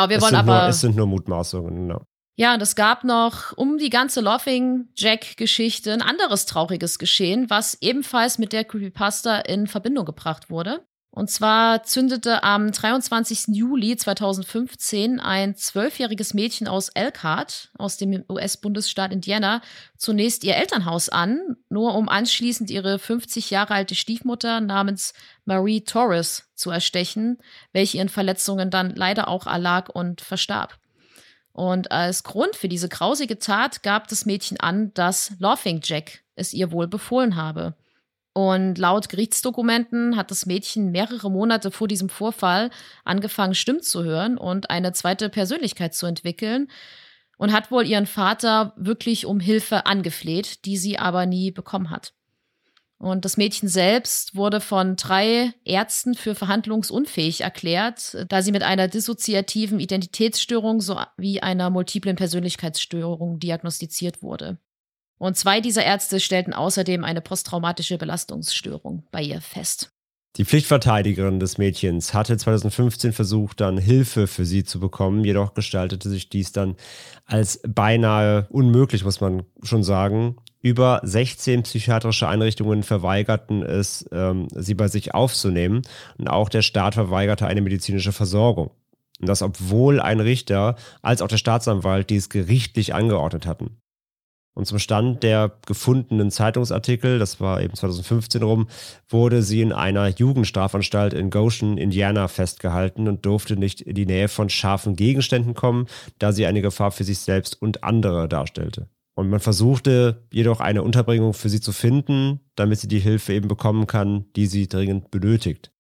sind nur Mutmaßungen, genau. Ja, und es gab noch um die ganze Laughing Jack-Geschichte ein anderes trauriges Geschehen, was ebenfalls mit der Creepypasta in Verbindung gebracht wurde. Und zwar zündete am 23. Juli 2015 ein 12-jähriges Mädchen aus Elkhart, aus dem US-Bundesstaat Indiana, zunächst ihr Elternhaus an, nur um anschließend ihre 50 Jahre alte Stiefmutter namens Marie Torres zu erstechen, welche ihren Verletzungen dann leider auch erlag und verstarb. Und als Grund für diese grausige Tat gab das Mädchen an, dass Laughing Jack es ihr wohl befohlen habe. Und laut Gerichtsdokumenten hat das Mädchen mehrere Monate vor diesem Vorfall angefangen, Stimmen zu hören und eine zweite Persönlichkeit zu entwickeln und hat wohl ihren Vater wirklich um Hilfe angefleht, die sie aber nie bekommen hat. Und das Mädchen selbst wurde von 3 Ärzten für verhandlungsunfähig erklärt, da sie mit einer dissoziativen Identitätsstörung sowie einer multiplen Persönlichkeitsstörung diagnostiziert wurde. Und 2 dieser Ärzte stellten außerdem eine posttraumatische Belastungsstörung bei ihr fest. Die Pflichtverteidigerin des Mädchens hatte 2015 versucht, dann Hilfe für sie zu bekommen, jedoch gestaltete sich dies dann als beinahe unmöglich, muss man schon sagen. Über 16 psychiatrische Einrichtungen verweigerten es, sie bei sich aufzunehmen, und auch der Staat verweigerte eine medizinische Versorgung. Und das, obwohl ein Richter als auch der Staatsanwalt dies gerichtlich angeordnet hatten. Und zum Stand der gefundenen Zeitungsartikel, das war eben 2015 rum, wurde sie in einer Jugendstrafanstalt in Goshen, Indiana, festgehalten und durfte nicht in die Nähe von scharfen Gegenständen kommen, da sie eine Gefahr für sich selbst und andere darstellte. Und man versuchte jedoch eine Unterbringung für sie zu finden, damit sie die Hilfe eben bekommen kann, die sie dringend benötigt.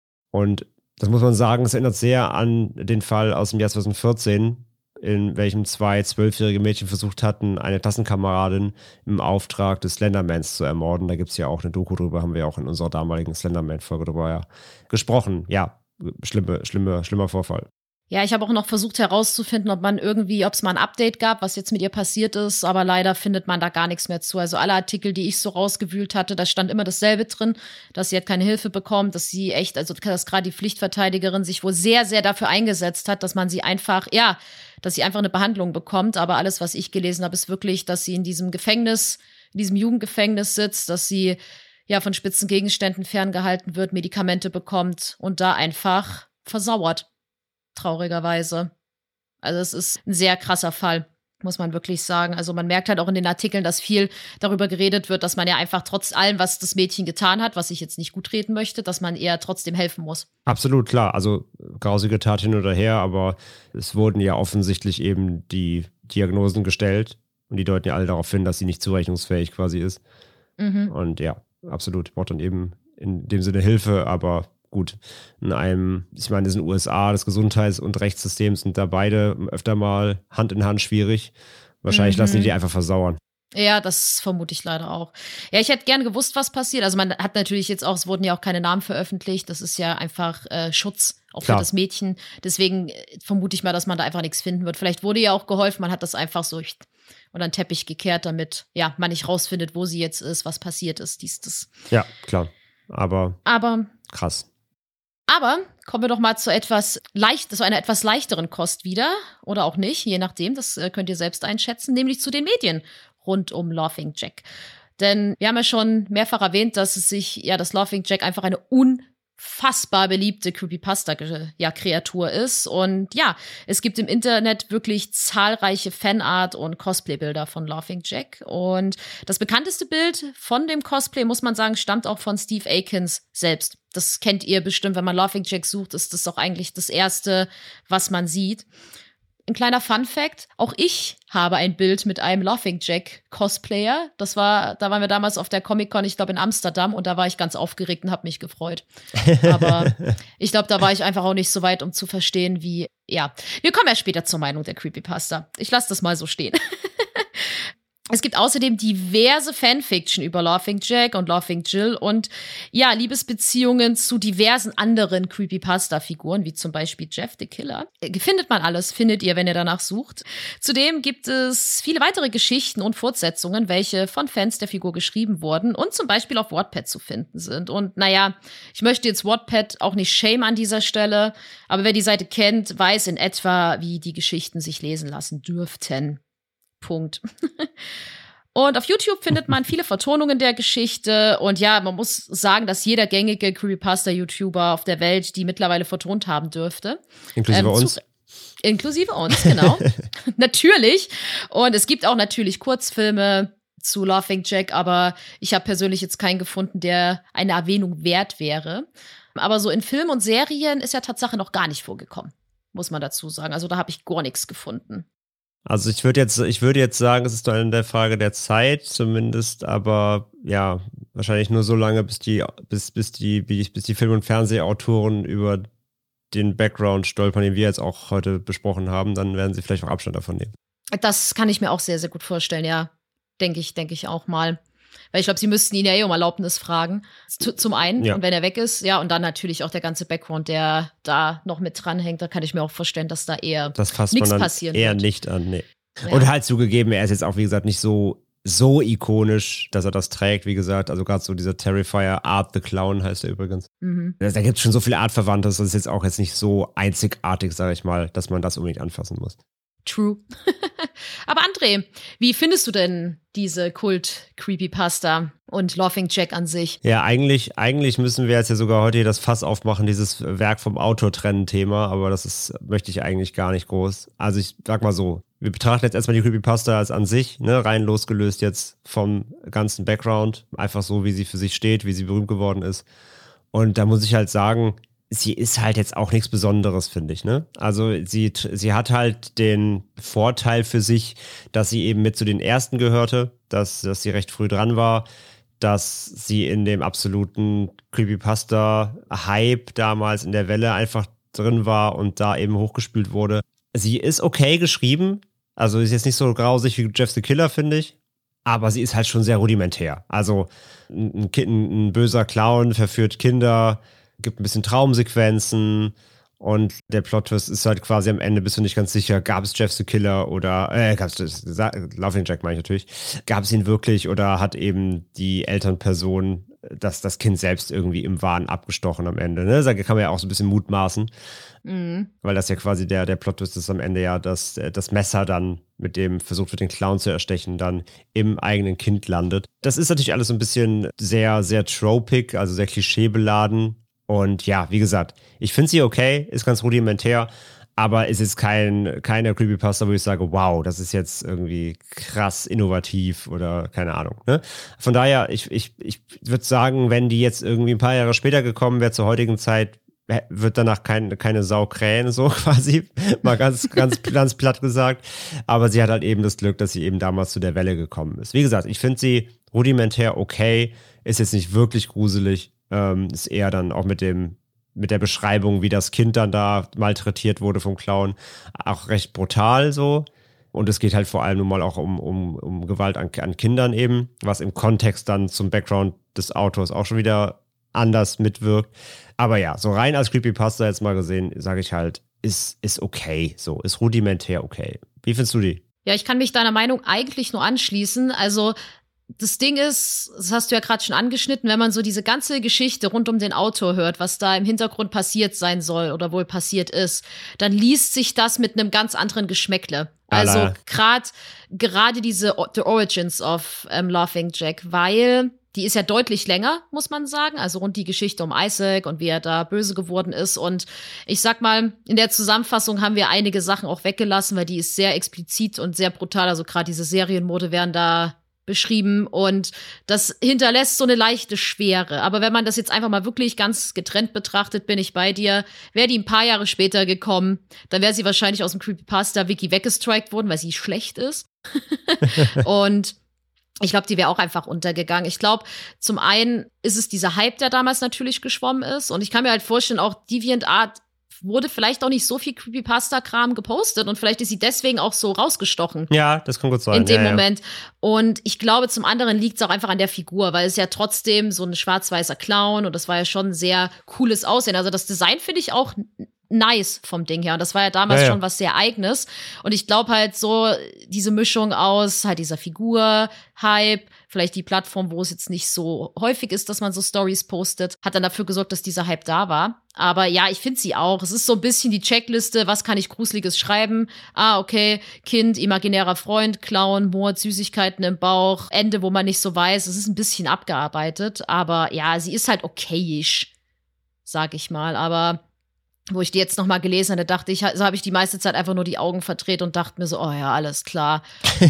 Und das muss man sagen, es erinnert sehr an den Fall aus dem Jahr 2014, in welchem 2 12-jährige Mädchen versucht hatten, eine Klassenkameradin im Auftrag des Slendermans zu ermorden. Da gibt es ja auch eine Doku drüber, haben wir auch in unserer damaligen Slenderman-Folge drüber gesprochen. Ja, schlimmer Vorfall. Ja, ich habe auch noch versucht herauszufinden, ob es mal ein Update gab, was jetzt mit ihr passiert ist, aber leider findet man da gar nichts mehr zu. Also alle Artikel, die ich so rausgewühlt hatte, da stand immer dasselbe drin, dass sie halt keine Hilfe bekommt, dass sie echt, also dass gerade die Pflichtverteidigerin sich wohl sehr, sehr dafür eingesetzt hat, dass man sie einfach, dass sie einfach eine Behandlung bekommt. Aber alles, was ich gelesen habe, ist wirklich, dass sie in diesem Gefängnis, in diesem Jugendgefängnis sitzt, dass sie von spitzen Gegenständen ferngehalten wird, Medikamente bekommt und da einfach versauert. Traurigerweise. Also es ist ein sehr krasser Fall, muss man wirklich sagen. Also man merkt halt auch in den Artikeln, dass viel darüber geredet wird, dass man ja einfach trotz allem, was das Mädchen getan hat, was ich jetzt nicht gut reden möchte, dass man ihr trotzdem helfen muss. Absolut, klar. Also grausige Tat hin oder her, aber es wurden ja offensichtlich eben die Diagnosen gestellt und die deuten ja alle darauf hin, dass sie nicht zurechnungsfähig quasi ist. Und ja, absolut. Braucht dann eben in dem Sinne Hilfe, aber gut, ich meine, das sind USA, das Gesundheits- und Rechtssystem sind da beide öfter mal Hand in Hand schwierig. Wahrscheinlich lassen die einfach versauern. Ja, das vermute ich leider auch. Ja, ich hätte gerne gewusst, was passiert. Also man hat natürlich jetzt auch, es wurden ja auch keine Namen veröffentlicht. Das ist ja einfach Schutz, auch für das Mädchen. Deswegen vermute ich mal, dass man da einfach nichts finden wird. Vielleicht wurde ja auch geholfen, man hat das einfach so unter den Teppich gekehrt, damit man nicht rausfindet, wo sie jetzt ist, was passiert ist, das. Ja, klar. Aber krass. Aber kommen wir doch mal zu einer etwas leichteren Kost wieder. Oder auch nicht, je nachdem. Das könnt ihr selbst einschätzen. Nämlich zu den Medien rund um Laughing Jack. Denn wir haben ja schon mehrfach erwähnt, dass das Laughing Jack einfach eine unfassbar beliebte Creepypasta-Kreatur ist. Und ja, es gibt im Internet wirklich zahlreiche Fanart- und Cosplay-Bilder von Laughing Jack. Und das bekannteste Bild von dem Cosplay, muss man sagen, stammt auch von Steve Akins selbst. Das kennt ihr bestimmt, wenn man Laughing Jack sucht, ist das doch eigentlich das Erste, was man sieht. Ein kleiner Fun-Fact, auch ich habe ein Bild mit einem Laughing Jack Cosplayer. Da waren wir damals auf der Comic-Con, ich glaube in Amsterdam, und da war ich ganz aufgeregt und habe mich gefreut. Aber ich glaube, da war ich einfach auch nicht so weit, um zu verstehen, wir kommen ja später zur Meinung der Creepypasta. Ich lasse das mal so stehen. Es gibt außerdem diverse Fanfiction über Laughing Jack und Laughing Jill und ja, Liebesbeziehungen zu diversen anderen Creepypasta-Figuren, wie zum Beispiel Jeff the Killer. Findet ihr, wenn ihr danach sucht. Zudem gibt es viele weitere Geschichten und Fortsetzungen, welche von Fans der Figur geschrieben wurden und zum Beispiel auf Wattpad zu finden sind. Und naja, ich möchte jetzt Wattpad auch nicht shamen an dieser Stelle, aber wer die Seite kennt, weiß in etwa, wie die Geschichten sich lesen lassen dürften. Punkt. Und auf YouTube findet man viele Vertonungen der Geschichte. Und ja, man muss sagen, dass jeder gängige Creepypasta-YouTuber auf der Welt die mittlerweile vertont haben dürfte. Inklusive uns. Inklusive uns, genau. Natürlich. Und es gibt auch natürlich Kurzfilme zu Laughing Jack, aber ich habe persönlich jetzt keinen gefunden, der eine Erwähnung wert wäre. Aber so in Filmen und Serien ist ja Tatsache noch gar nicht vorgekommen, muss man dazu sagen. Also da habe ich gar nichts gefunden. Also ich würde jetzt sagen, es ist nur eine Frage der Zeit, zumindest, aber ja, wahrscheinlich nur so lange, bis die Film- und Fernsehautoren über den Background stolpern, den wir jetzt auch heute besprochen haben, dann werden sie vielleicht auch Abstand davon nehmen. Das kann ich mir auch sehr, sehr gut vorstellen, ja. Denke ich auch mal. Weil ich glaube, sie müssten ihn ja um Erlaubnis fragen. Zum einen, ja. Und wenn er weg ist, ja, und dann natürlich auch der ganze Background, der da noch mit dranhängt, da kann ich mir auch vorstellen, dass da eher nichts passieren eher wird. Nicht an, nee. Ja. Und halt zugegeben, er ist jetzt auch, wie gesagt, nicht so ikonisch, dass er das trägt, wie gesagt. Also gerade so dieser Terrifier, Art the Clown heißt er übrigens. Mhm. Da gibt es schon so viele Artverwandte, das ist jetzt auch nicht so einzigartig, sage ich mal, dass man das unbedingt anfassen muss. True. Aber André, wie findest du denn diese Kult-Creepypasta und Laughing Jack an sich? Ja, eigentlich müssen wir jetzt ja sogar heute hier das Fass aufmachen, dieses Werk vom Autor trennen Thema, aber möchte ich eigentlich gar nicht groß. Also ich sag mal so, wir betrachten jetzt erstmal die Creepypasta als an sich, ne, rein losgelöst jetzt vom ganzen Background, einfach so, wie sie für sich steht, wie sie berühmt geworden ist. Und da muss ich halt sagen, sie ist halt jetzt auch nichts Besonderes, finde ich, ne? Also sie hat halt den Vorteil für sich, dass sie eben mit zu den Ersten gehörte, dass sie recht früh dran war, dass sie in dem absoluten Creepypasta-Hype damals in der Welle einfach drin war und da eben hochgespült wurde. Sie ist okay geschrieben, also ist jetzt nicht so grausig wie Jeff the Killer, finde ich, aber sie ist halt schon sehr rudimentär. Also ein böser Clown verführt Kinder, gibt ein bisschen Traumsequenzen und der Plot-Twist ist halt quasi am Ende, bist du nicht ganz sicher, gab es Jeff the Killer oder, Laughing Jack meine ich natürlich, gab es ihn wirklich oder hat eben die Elternperson das Kind selbst irgendwie im Wahn abgestochen am Ende, ne? Da kann man ja auch so ein bisschen mutmaßen, weil das ja quasi der Plot-Twist ist am Ende ja, dass das Messer dann, mit dem versucht wird, den Clown zu erstechen, dann im eigenen Kind landet. Das ist natürlich alles so ein bisschen sehr, sehr tropig, also sehr klischeebeladen. Und ja, wie gesagt, ich finde sie okay, ist ganz rudimentär, aber es ist keine Creepypasta, wo ich sage, wow, das ist jetzt irgendwie krass innovativ oder keine Ahnung. Ne? Von daher, ich würde sagen, wenn die jetzt irgendwie ein paar Jahre später gekommen wäre, zur heutigen Zeit, wird danach keine Sau krähen, so quasi, mal ganz platt gesagt. Aber sie hat halt eben das Glück, dass sie eben damals zu der Welle gekommen ist. Wie gesagt, ich finde sie rudimentär okay, ist jetzt nicht wirklich gruselig. Ist eher dann auch mit der Beschreibung, wie das Kind dann da malträtiert wurde vom Clown, auch recht brutal so. Und es geht halt vor allem nun mal auch um Gewalt an Kindern eben, was im Kontext dann zum Background des Autors auch schon wieder anders mitwirkt. Aber ja, so rein als Creepypasta jetzt mal gesehen, sage ich halt, ist okay, so, ist rudimentär okay. Wie findest du die? Ja, ich kann mich deiner Meinung eigentlich nur anschließen. Also das Ding ist, das hast du ja gerade schon angeschnitten, wenn man so diese ganze Geschichte rund um den Autor hört, was da im Hintergrund passiert sein soll oder wohl passiert ist, dann liest sich das mit einem ganz anderen Geschmäckle. Also gerade diese The Origins of Laughing Jack, weil die ist ja deutlich länger, muss man sagen, also rund die Geschichte um Isaac und wie er da böse geworden ist. Und ich sag mal, in der Zusammenfassung haben wir einige Sachen auch weggelassen, weil die ist sehr explizit und sehr brutal. Also gerade diese Serienmorde werden da beschrieben und das hinterlässt so eine leichte Schwere. Aber wenn man das jetzt einfach mal wirklich ganz getrennt betrachtet, bin ich bei dir. Wäre die ein paar Jahre später gekommen, dann wäre sie wahrscheinlich aus dem Creepypasta-Wiki weggestrikt worden, weil sie schlecht ist. Und ich glaube, die wäre auch einfach untergegangen. Ich glaube, zum einen ist es dieser Hype, der damals natürlich geschwommen ist. Und ich kann mir halt vorstellen, auch DeviantArt wurde vielleicht auch nicht so viel Creepypasta-Kram gepostet und vielleicht ist sie deswegen auch so rausgestochen. Ja, das kann gut sein. In dem Moment. Und ich glaube, zum anderen liegt es auch einfach an der Figur, weil es ja trotzdem so ein schwarz-weißer Clown und das war ja schon ein sehr cooles Aussehen. Also das Design finde ich auch nice vom Ding her. Und das war ja damals schon was sehr Eigenes. Und ich glaube halt so, diese Mischung aus halt dieser Figur-Hype, vielleicht die Plattform, wo es jetzt nicht so häufig ist, dass man so Stories postet, hat dann dafür gesorgt, dass dieser Hype da war. Aber ja, ich finde sie auch. Es ist so ein bisschen die Checkliste, was kann ich Gruseliges schreiben? Okay, Kind, imaginärer Freund, Clown, Mord, Süßigkeiten im Bauch, Ende, wo man nicht so weiß. Es ist ein bisschen abgearbeitet. Aber ja, sie ist halt okayisch, sag ich mal. Aber wo ich die jetzt noch mal gelesen hatte, dachte ich, so habe ich die meiste Zeit einfach nur die Augen verdreht und dachte mir so, oh ja, alles klar.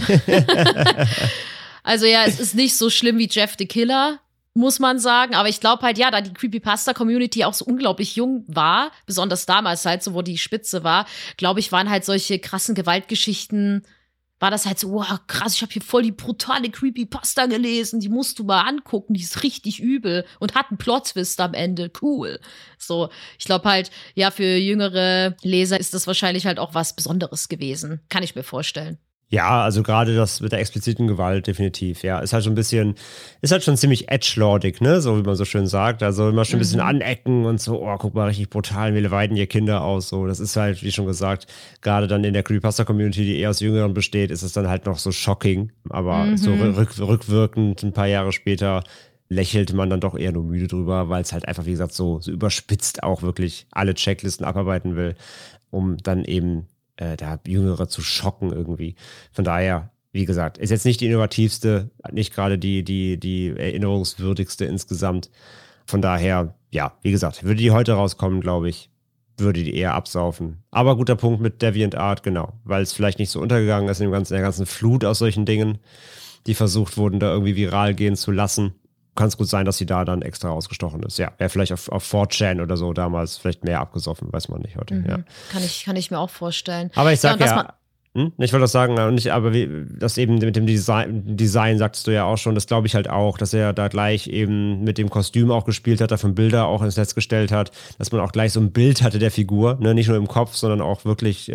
Also ja, es ist nicht so schlimm wie Jeff the Killer, muss man sagen. Aber ich glaube halt, ja, da die Creepypasta-Community auch so unglaublich jung war, besonders damals halt, so wo die Spitze war, glaube ich, waren halt solche krassen Gewaltgeschichten, war das halt so, wow, krass, ich habe hier voll die brutale Creepypasta gelesen, die musst du mal angucken, die ist richtig übel und hat einen Plot-Twist am Ende, cool. So, ich glaube halt, ja, für jüngere Leser ist das wahrscheinlich halt auch was Besonderes gewesen, kann ich mir vorstellen. Ja, also gerade das mit der expliziten Gewalt definitiv, ja. Ist halt schon ein bisschen, ist halt schon ziemlich edgelordig, ne, so wie man so schön sagt. Also immer schon ein bisschen anecken und so, oh, guck mal, richtig brutal, wie weiden hier Kinder aus, so. Das ist halt, wie schon gesagt, gerade dann in der Creepypasta-Community, die eher aus Jüngeren besteht, ist es dann halt noch so shocking. Aber so rückwirkend, ein paar Jahre später, lächelte man dann doch eher nur müde drüber, weil es halt einfach, wie gesagt, so überspitzt auch wirklich alle Checklisten abarbeiten will, um dann eben da Jüngere zu schocken irgendwie. Von daher, wie gesagt, ist jetzt nicht die innovativste, nicht gerade die erinnerungswürdigste insgesamt. Von daher, ja, wie gesagt, würde die heute rauskommen, glaube ich, würde die eher absaufen. Aber guter Punkt mit DeviantArt, genau, weil es vielleicht nicht so untergegangen ist in der ganzen Flut aus solchen Dingen, die versucht wurden, da irgendwie viral gehen zu lassen. Kann es gut sein, dass sie da dann extra rausgestochen ist. Ja, wäre vielleicht auf 4chan oder so damals vielleicht mehr abgesoffen, weiß man nicht heute. Ja. Kann ich mir auch vorstellen. Aber ich sag ich wollte das sagen, aber das eben mit dem Design sagtest du ja auch schon, das glaube ich halt auch, dass er da gleich eben mit dem Kostüm auch gespielt hat, davon Bilder auch ins Netz gestellt hat, dass man auch gleich so ein Bild hatte der Figur, ne? Nicht nur im Kopf, sondern auch wirklich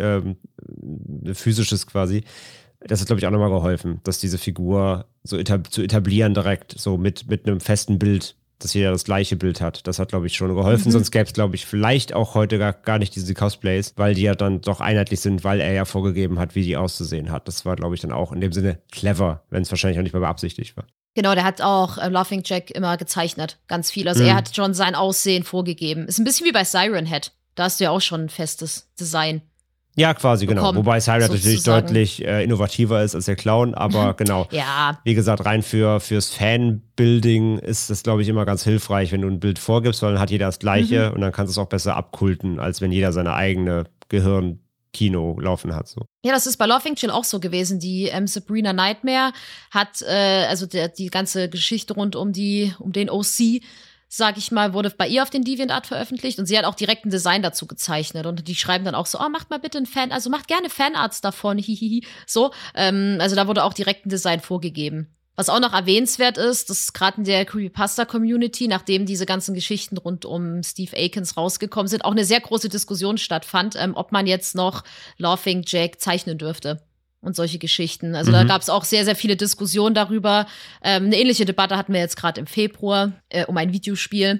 physisches quasi. Das hat, glaube ich, auch nochmal geholfen, dass diese Figur so zu etablieren direkt, so mit einem festen Bild, dass jeder das gleiche Bild hat. Das hat, glaube ich, schon geholfen. Sonst gäbe es, glaube ich, vielleicht auch heute gar nicht diese Cosplays, weil die ja dann doch einheitlich sind, weil er ja vorgegeben hat, wie die auszusehen hat. Das war, glaube ich, dann auch in dem Sinne clever, wenn es wahrscheinlich auch nicht mal beabsichtigt war. Genau, der hat auch Laughing Jack immer gezeichnet, ganz viel. Also er hat schon sein Aussehen vorgegeben. Ist ein bisschen wie bei Siren Head. Da hast du ja auch schon ein festes Design. Ja, quasi, genau. Wobei Siren natürlich deutlich innovativer ist als der Clown, aber genau. Ja. Wie gesagt, rein fürs Fanbuilding ist das, glaube ich, immer ganz hilfreich, wenn du ein Bild vorgibst, weil dann hat jeder das Gleiche und dann kannst du es auch besser abkulten, als wenn jeder seine eigene Gehirnkino laufen hat. So. Ja, das ist bei Laughing Jill auch so gewesen. Die Sabrina Nightmare hat, die ganze Geschichte rund um den OC, sag ich mal, wurde bei ihr auf den DeviantArt veröffentlicht und sie hat auch direkt ein Design dazu gezeichnet und die schreiben dann auch so, oh, macht mal bitte macht gerne Fanarts davon, hihihi, so, also da wurde auch direkt ein Design vorgegeben. Was auch noch erwähnenswert ist, dass gerade in der Creepypasta-Community, nachdem diese ganzen Geschichten rund um Steve Akins rausgekommen sind, auch eine sehr große Diskussion stattfand, ob man jetzt noch Laughing Jack zeichnen dürfte. Und solche Geschichten. Also da gab es auch sehr, sehr viele Diskussionen darüber. Eine ähnliche Debatte hatten wir jetzt gerade im Februar um ein Videospiel.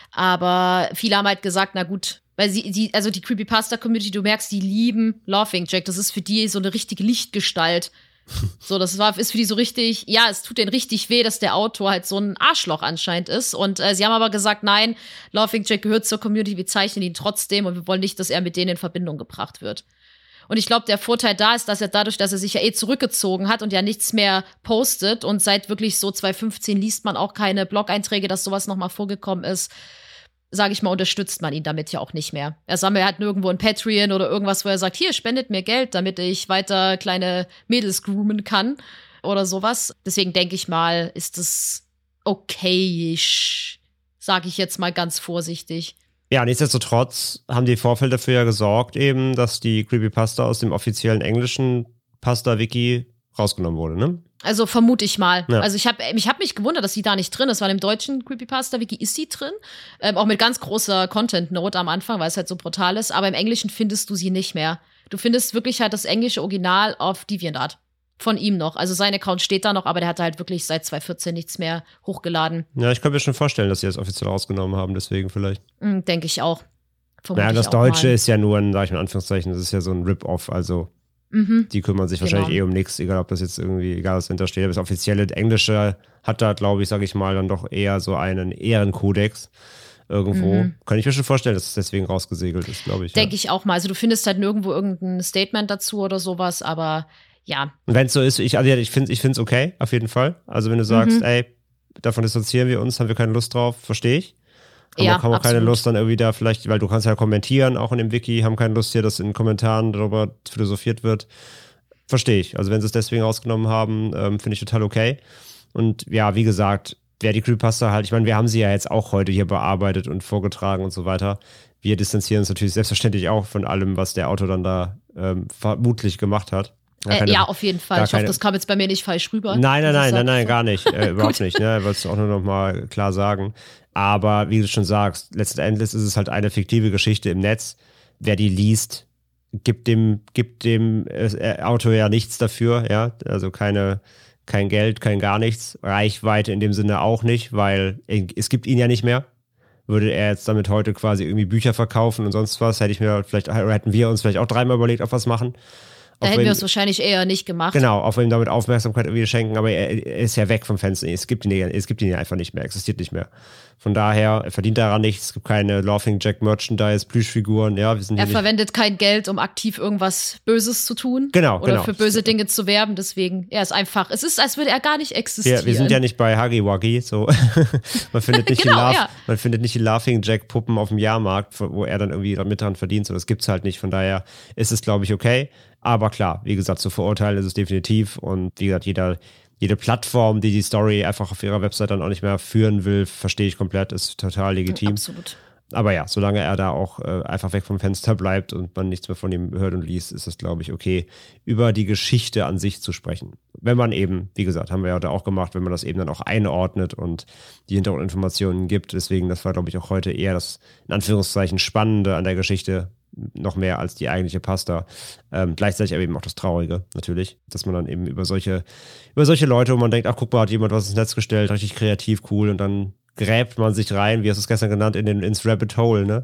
Aber viele haben halt gesagt, na gut, weil die Creepypasta-Community, du merkst, die lieben Laughing Jack. Das ist für die so eine richtige Lichtgestalt So, ist für die so richtig, ja, es tut denen richtig weh, dass der Autor halt so ein Arschloch anscheinend ist. Und sie haben aber gesagt, nein, Laughing Jack gehört zur Community, wir zeichnen ihn trotzdem und wir wollen nicht, dass er mit denen in Verbindung gebracht wird. Und ich glaube, der Vorteil da ist, dass er dadurch, dass er sich ja zurückgezogen hat und ja nichts mehr postet und seit wirklich so 2015 liest man auch keine Blog-Einträge, dass sowas nochmal vorgekommen ist, sage ich mal, unterstützt man ihn damit ja auch nicht mehr. Er hat nirgendwo ein Patreon oder irgendwas, wo er sagt, hier, spendet mir Geld, damit ich weiter kleine Mädels groomen kann oder sowas. Deswegen denke ich mal, ist das okayisch, sage ich jetzt mal ganz vorsichtig. Ja, nichtsdestotrotz haben die Vorfälle dafür ja gesorgt eben, dass die Creepypasta aus dem offiziellen englischen Pasta-Wiki rausgenommen wurde, ne? Also vermute ich mal. Ja. Also ich hab mich gewundert, dass sie da nicht drin ist, weil im deutschen Creepypasta-Wiki ist sie drin. Auch mit ganz großer Content-Note am Anfang, weil es halt so brutal ist. Aber im Englischen findest du sie nicht mehr. Du findest wirklich halt das englische Original auf DeviantArt. Von ihm noch. Also sein Account steht da noch, aber der hat halt wirklich seit 2014 nichts mehr hochgeladen. Ja, ich kann mir schon vorstellen, dass sie das offiziell rausgenommen haben, deswegen vielleicht. Denke ich auch. Ja, das Deutsche ist ja nur ein, sag ich mal in Anführungszeichen, das ist ja so ein Rip-Off, also die kümmern sich wahrscheinlich um nichts, egal ob das jetzt irgendwie, egal was dahinter steht. Aber das offizielle Englische hat da, glaube ich, sag ich mal, dann doch eher so einen Ehrenkodex irgendwo. Kann ich mir schon vorstellen, dass es deswegen rausgesegelt ist, glaube ich. Denke ich auch mal. Also du findest halt nirgendwo irgendein Statement dazu oder sowas, aber ja. Und wenn es so ist, ich finde es okay, auf jeden Fall. Also wenn du sagst, ey, davon distanzieren wir uns, haben wir keine Lust drauf, verstehe ich. Haben auch keine Lust dann irgendwie da vielleicht, weil du kannst ja kommentieren, auch in dem Wiki, haben keine Lust hier, dass in Kommentaren darüber philosophiert wird. Verstehe ich. Also wenn sie es deswegen rausgenommen haben, finde ich total okay. Und ja, wie gesagt, wer die Creepypasta halt, ich meine, wir haben sie ja jetzt auch heute hier bearbeitet und vorgetragen und so weiter. Wir distanzieren uns natürlich selbstverständlich auch von allem, was der Autor dann da vermutlich gemacht hat. Ja, auf jeden Fall. Ich hoffe, das kam jetzt bei mir nicht falsch rüber. Nein, gar nicht. Überhaupt nicht. Ne? Ich wollte es auch nur noch mal klar sagen. Aber wie du schon sagst, letzten Endes ist es halt eine fiktive Geschichte im Netz. Wer die liest, gibt dem Autor ja nichts dafür. Ja? Also kein Geld, kein gar nichts. Reichweite in dem Sinne auch nicht, weil es gibt ihn ja nicht mehr. Würde er jetzt damit heute quasi irgendwie Bücher verkaufen und sonst was, hätten wir uns vielleicht auch dreimal überlegt, ob wir es machen. Da hätten wir es wahrscheinlich eher nicht gemacht. Genau, auf ihm damit Aufmerksamkeit irgendwie schenken, aber er ist ja weg vom Fenster. Es gibt ihn ja einfach nicht mehr, existiert nicht mehr. Von daher, er verdient daran nichts, es gibt keine Laughing Jack Merchandise, Plüschfiguren, ja, wir sind er verwendet kein Geld, um aktiv irgendwas Böses zu tun. Genau. Für böse Dinge zu werben, deswegen, er ist einfach, es ist, als würde er gar nicht existieren. Ja, wir sind ja nicht bei Huggy Wuggy, so. Man findet nicht man findet nicht die Laughing Jack Puppen auf dem Jahrmarkt, wo er dann irgendwie mit dran verdient, so, das gibt's halt nicht, von daher ist es, glaube ich, okay. Aber klar, wie gesagt, zu verurteilen ist es definitiv und wie gesagt, jede Plattform, die Story einfach auf ihrer Website dann auch nicht mehr führen will, verstehe ich komplett, ist total legitim. Absolut. Aber ja, solange er da auch einfach weg vom Fenster bleibt und man nichts mehr von ihm hört und liest, ist es, glaube ich, okay, über die Geschichte an sich zu sprechen. Wenn man eben, wie gesagt, haben wir ja da auch gemacht, wenn man das eben dann auch einordnet und die Hintergrundinformationen gibt. Deswegen, das war, glaube ich, auch heute eher das, in Anführungszeichen, Spannende an der Geschichte, noch mehr als die eigentliche Pasta. Gleichzeitig aber eben auch das Traurige, natürlich, dass man dann eben über solche Leute, wo man denkt, ach guck mal, hat jemand was ins Netz gestellt, richtig kreativ, cool, und dann gräbt man sich rein, wie hast du es gestern genannt, ins Rabbit Hole, ne?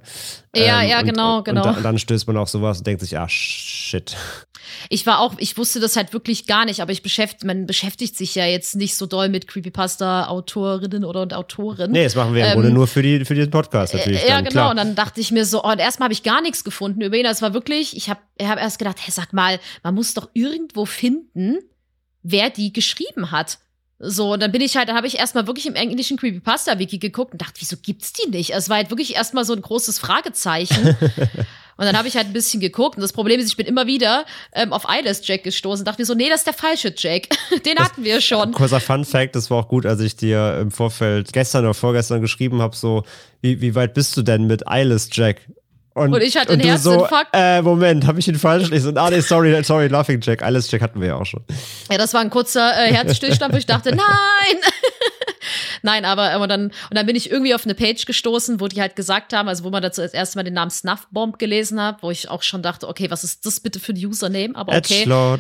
Genau. Und dann stößt man auf sowas und denkt sich, ah, shit. Ich wusste das halt wirklich gar nicht, aber man beschäftigt sich ja jetzt nicht so doll mit Creepypasta-Autorinnen oder Autoren. Nee, das machen wir im Grunde nur für den Podcast natürlich. Ja, genau. Klar. Und dann dachte ich mir so, und erstmal habe ich gar nichts gefunden über ihn. Das war wirklich, ich hab erst gedacht, hey, sag mal, man muss doch irgendwo finden, wer die geschrieben hat. So, und dann habe ich erstmal wirklich im englischen Creepypasta-Wiki geguckt und dachte, wieso gibt's die nicht? Es war halt wirklich erstmal so ein großes Fragezeichen. Und dann habe ich halt ein bisschen geguckt und das Problem ist, ich bin immer wieder auf Eyeless Jack gestoßen und dachte mir so, nee, das ist der falsche Jack. Den hatten wir schon. Kurzer Fun-Fact, das war auch gut, als ich dir im Vorfeld gestern oder vorgestern geschrieben habe, so, wie weit bist du denn mit Eyeless Jack? Und ich hatte einen Herzinfarkt. So, Moment, habe ich ihn falsch? Ich so, nee, sorry, Laughing Jack. Eyeless Jack hatten wir ja auch schon. Ja, das war ein kurzer Herzstillstand, wo ich dachte, nein! Nein, aber und dann bin ich irgendwie auf eine Page gestoßen, wo die halt gesagt haben, also wo man dazu das erste Mal den Namen Snuffbomb gelesen hat, wo ich auch schon dachte, okay, was ist das bitte für ein Username? Aber okay. Edgelord.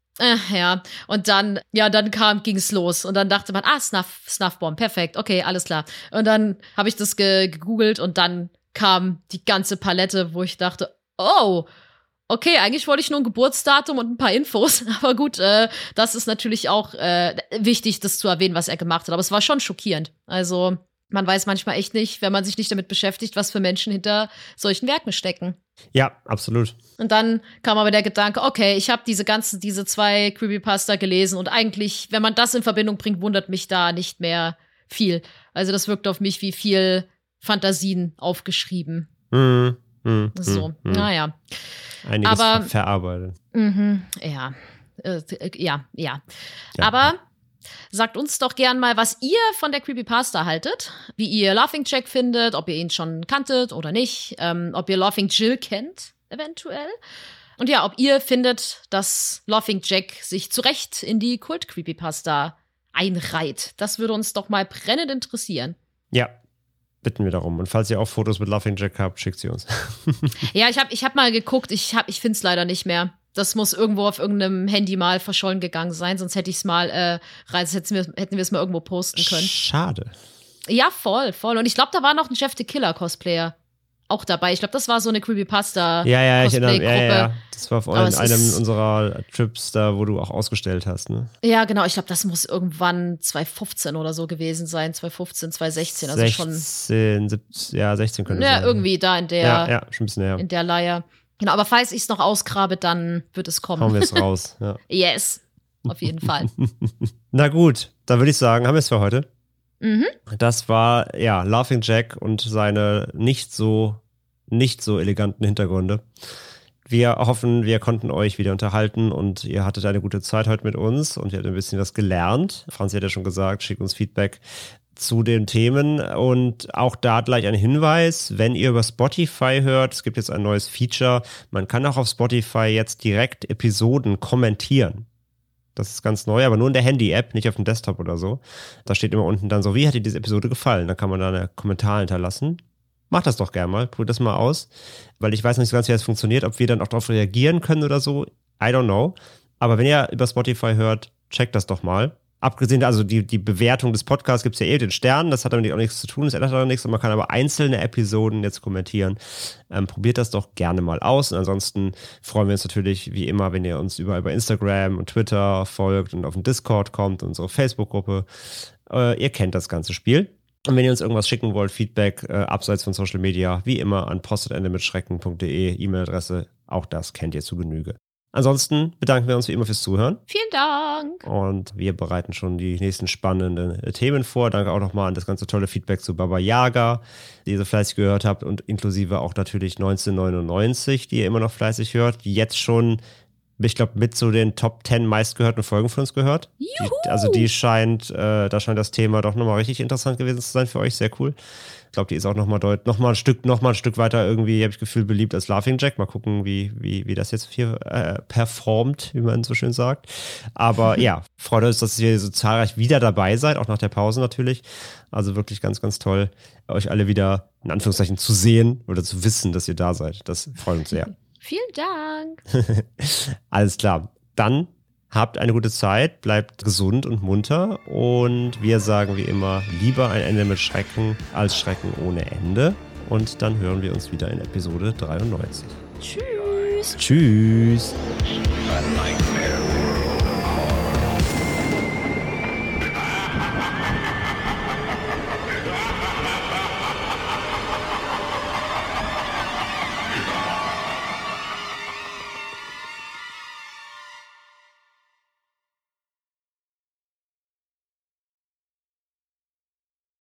Ja, und dann ging's los und dann dachte man, Snuffbomb, perfekt, okay, alles klar. Und dann habe ich das gegoogelt und dann kam die ganze Palette, wo ich dachte, oh, okay, eigentlich wollte ich nur ein Geburtsdatum und ein paar Infos. Aber gut, das ist natürlich auch wichtig, das zu erwähnen, was er gemacht hat. Aber es war schon schockierend. Also man weiß manchmal echt nicht, wenn man sich nicht damit beschäftigt, was für Menschen hinter solchen Werken stecken. Ja, absolut. Und dann kam aber der Gedanke, okay, ich habe diese 2 Creepypasta gelesen und eigentlich, wenn man das in Verbindung bringt, wundert mich da nicht mehr viel. Also das wirkt auf mich wie viel Fantasien aufgeschrieben. Naja. Einiges verarbeitet. Ja. Aber sagt uns doch gern mal, was ihr von der Creepypasta haltet, wie ihr Laughing Jack findet, ob ihr ihn schon kanntet oder nicht, ob ihr Laughing Jill kennt, eventuell. Und ja, ob ihr findet, dass Laughing Jack sich zu Recht in die Kult-Creepypasta einreiht. Das würde uns doch mal brennend interessieren. Ja, bitten wir darum. Und falls ihr auch Fotos mit Laughing Jack habt, schickt sie uns. Ja, ich hab mal geguckt, ich finde es leider nicht mehr. Das muss irgendwo auf irgendeinem Handy mal verschollen gegangen sein, sonst hätte ich es mal hätten wir es mal irgendwo posten können. Schade. Ja, voll. Und ich glaube, da war noch ein Jeff the Killer Cosplayer auch dabei. Ich glaube, das war so eine Creepypasta Cosplay-Gruppe. Ja. Das war auf einem unserer Trips da, wo du auch ausgestellt hast, ne? Ja, genau. Ich glaube, das muss irgendwann 2015 oder so gewesen sein. 2015, 2016. Also 16 könnte es sein. Ja, irgendwie da in der, schon ein bisschen her. In der Leier. Genau, aber falls ich es noch ausgrabe, dann wird es kommen. Hauen wir es raus, ja. Yes, auf jeden Fall. Na gut, dann würde ich sagen, haben wir es für heute. Mhm. Das war, Laughing Jack und seine nicht so eleganten Hintergründe. Wir hoffen, wir konnten euch wieder unterhalten und ihr hattet eine gute Zeit heute mit uns und ihr habt ein bisschen was gelernt. Franzi hat ja schon gesagt, schickt uns Feedback zu den Themen und auch da gleich ein Hinweis, wenn ihr über Spotify hört, es gibt jetzt ein neues Feature, man kann auch auf Spotify jetzt direkt Episoden kommentieren. Das ist ganz neu, aber nur in der Handy-App, nicht auf dem Desktop oder so. Da steht immer unten dann so, wie hat dir diese Episode gefallen? Da kann man da einen Kommentar hinterlassen. Macht das doch gerne mal, probiert das mal aus, weil ich weiß nicht so ganz, wie das funktioniert, ob wir dann auch darauf reagieren können oder so. I don't know. Aber wenn ihr über Spotify hört, checkt das doch mal. Abgesehen, also die Bewertung des Podcasts gibt es ja den Sternen, das hat damit auch nichts zu tun, das ändert auch nichts, und man kann aber einzelne Episoden jetzt kommentieren. Probiert das doch gerne mal aus. Und ansonsten freuen wir uns natürlich, wie immer, wenn ihr uns über Instagram und Twitter folgt und auf den Discord kommt, unsere Facebook-Gruppe. Ihr kennt das ganze Spiel. Und wenn ihr uns irgendwas schicken wollt, Feedback abseits von Social Media, wie immer an post@endemitschrecken.de, E-Mail-Adresse, auch das kennt ihr zu Genüge. Ansonsten bedanken wir uns wie immer fürs Zuhören. Vielen Dank. Und wir bereiten schon die nächsten spannenden Themen vor. Danke auch nochmal an das ganze tolle Feedback zu Baba Yaga, die ihr so fleißig gehört habt, und inklusive auch natürlich 1999, die ihr immer noch fleißig hört, die jetzt schon, ich glaube, mit zu den Top 10 meistgehörten Folgen von uns gehört. Die scheint, da scheint das Thema doch nochmal richtig interessant gewesen zu sein für euch. Sehr cool. Ich glaube, die ist auch noch mal ein Stück weiter irgendwie, habe ich das Gefühl, beliebt als Laughing Jack. Mal gucken, wie das jetzt hier performt, wie man so schön sagt. Aber ja, freut uns, dass ihr so zahlreich wieder dabei seid, auch nach der Pause natürlich. Also wirklich ganz, ganz toll, euch alle wieder in Anführungszeichen zu sehen oder zu wissen, dass ihr da seid. Das freut uns sehr. Vielen Dank. Alles klar. Dann habt eine gute Zeit, bleibt gesund und munter, und wir sagen wie immer, lieber ein Ende mit Schrecken als Schrecken ohne Ende, und dann hören wir uns wieder in Episode 93. Tschüss. Tschüss. A nightmare.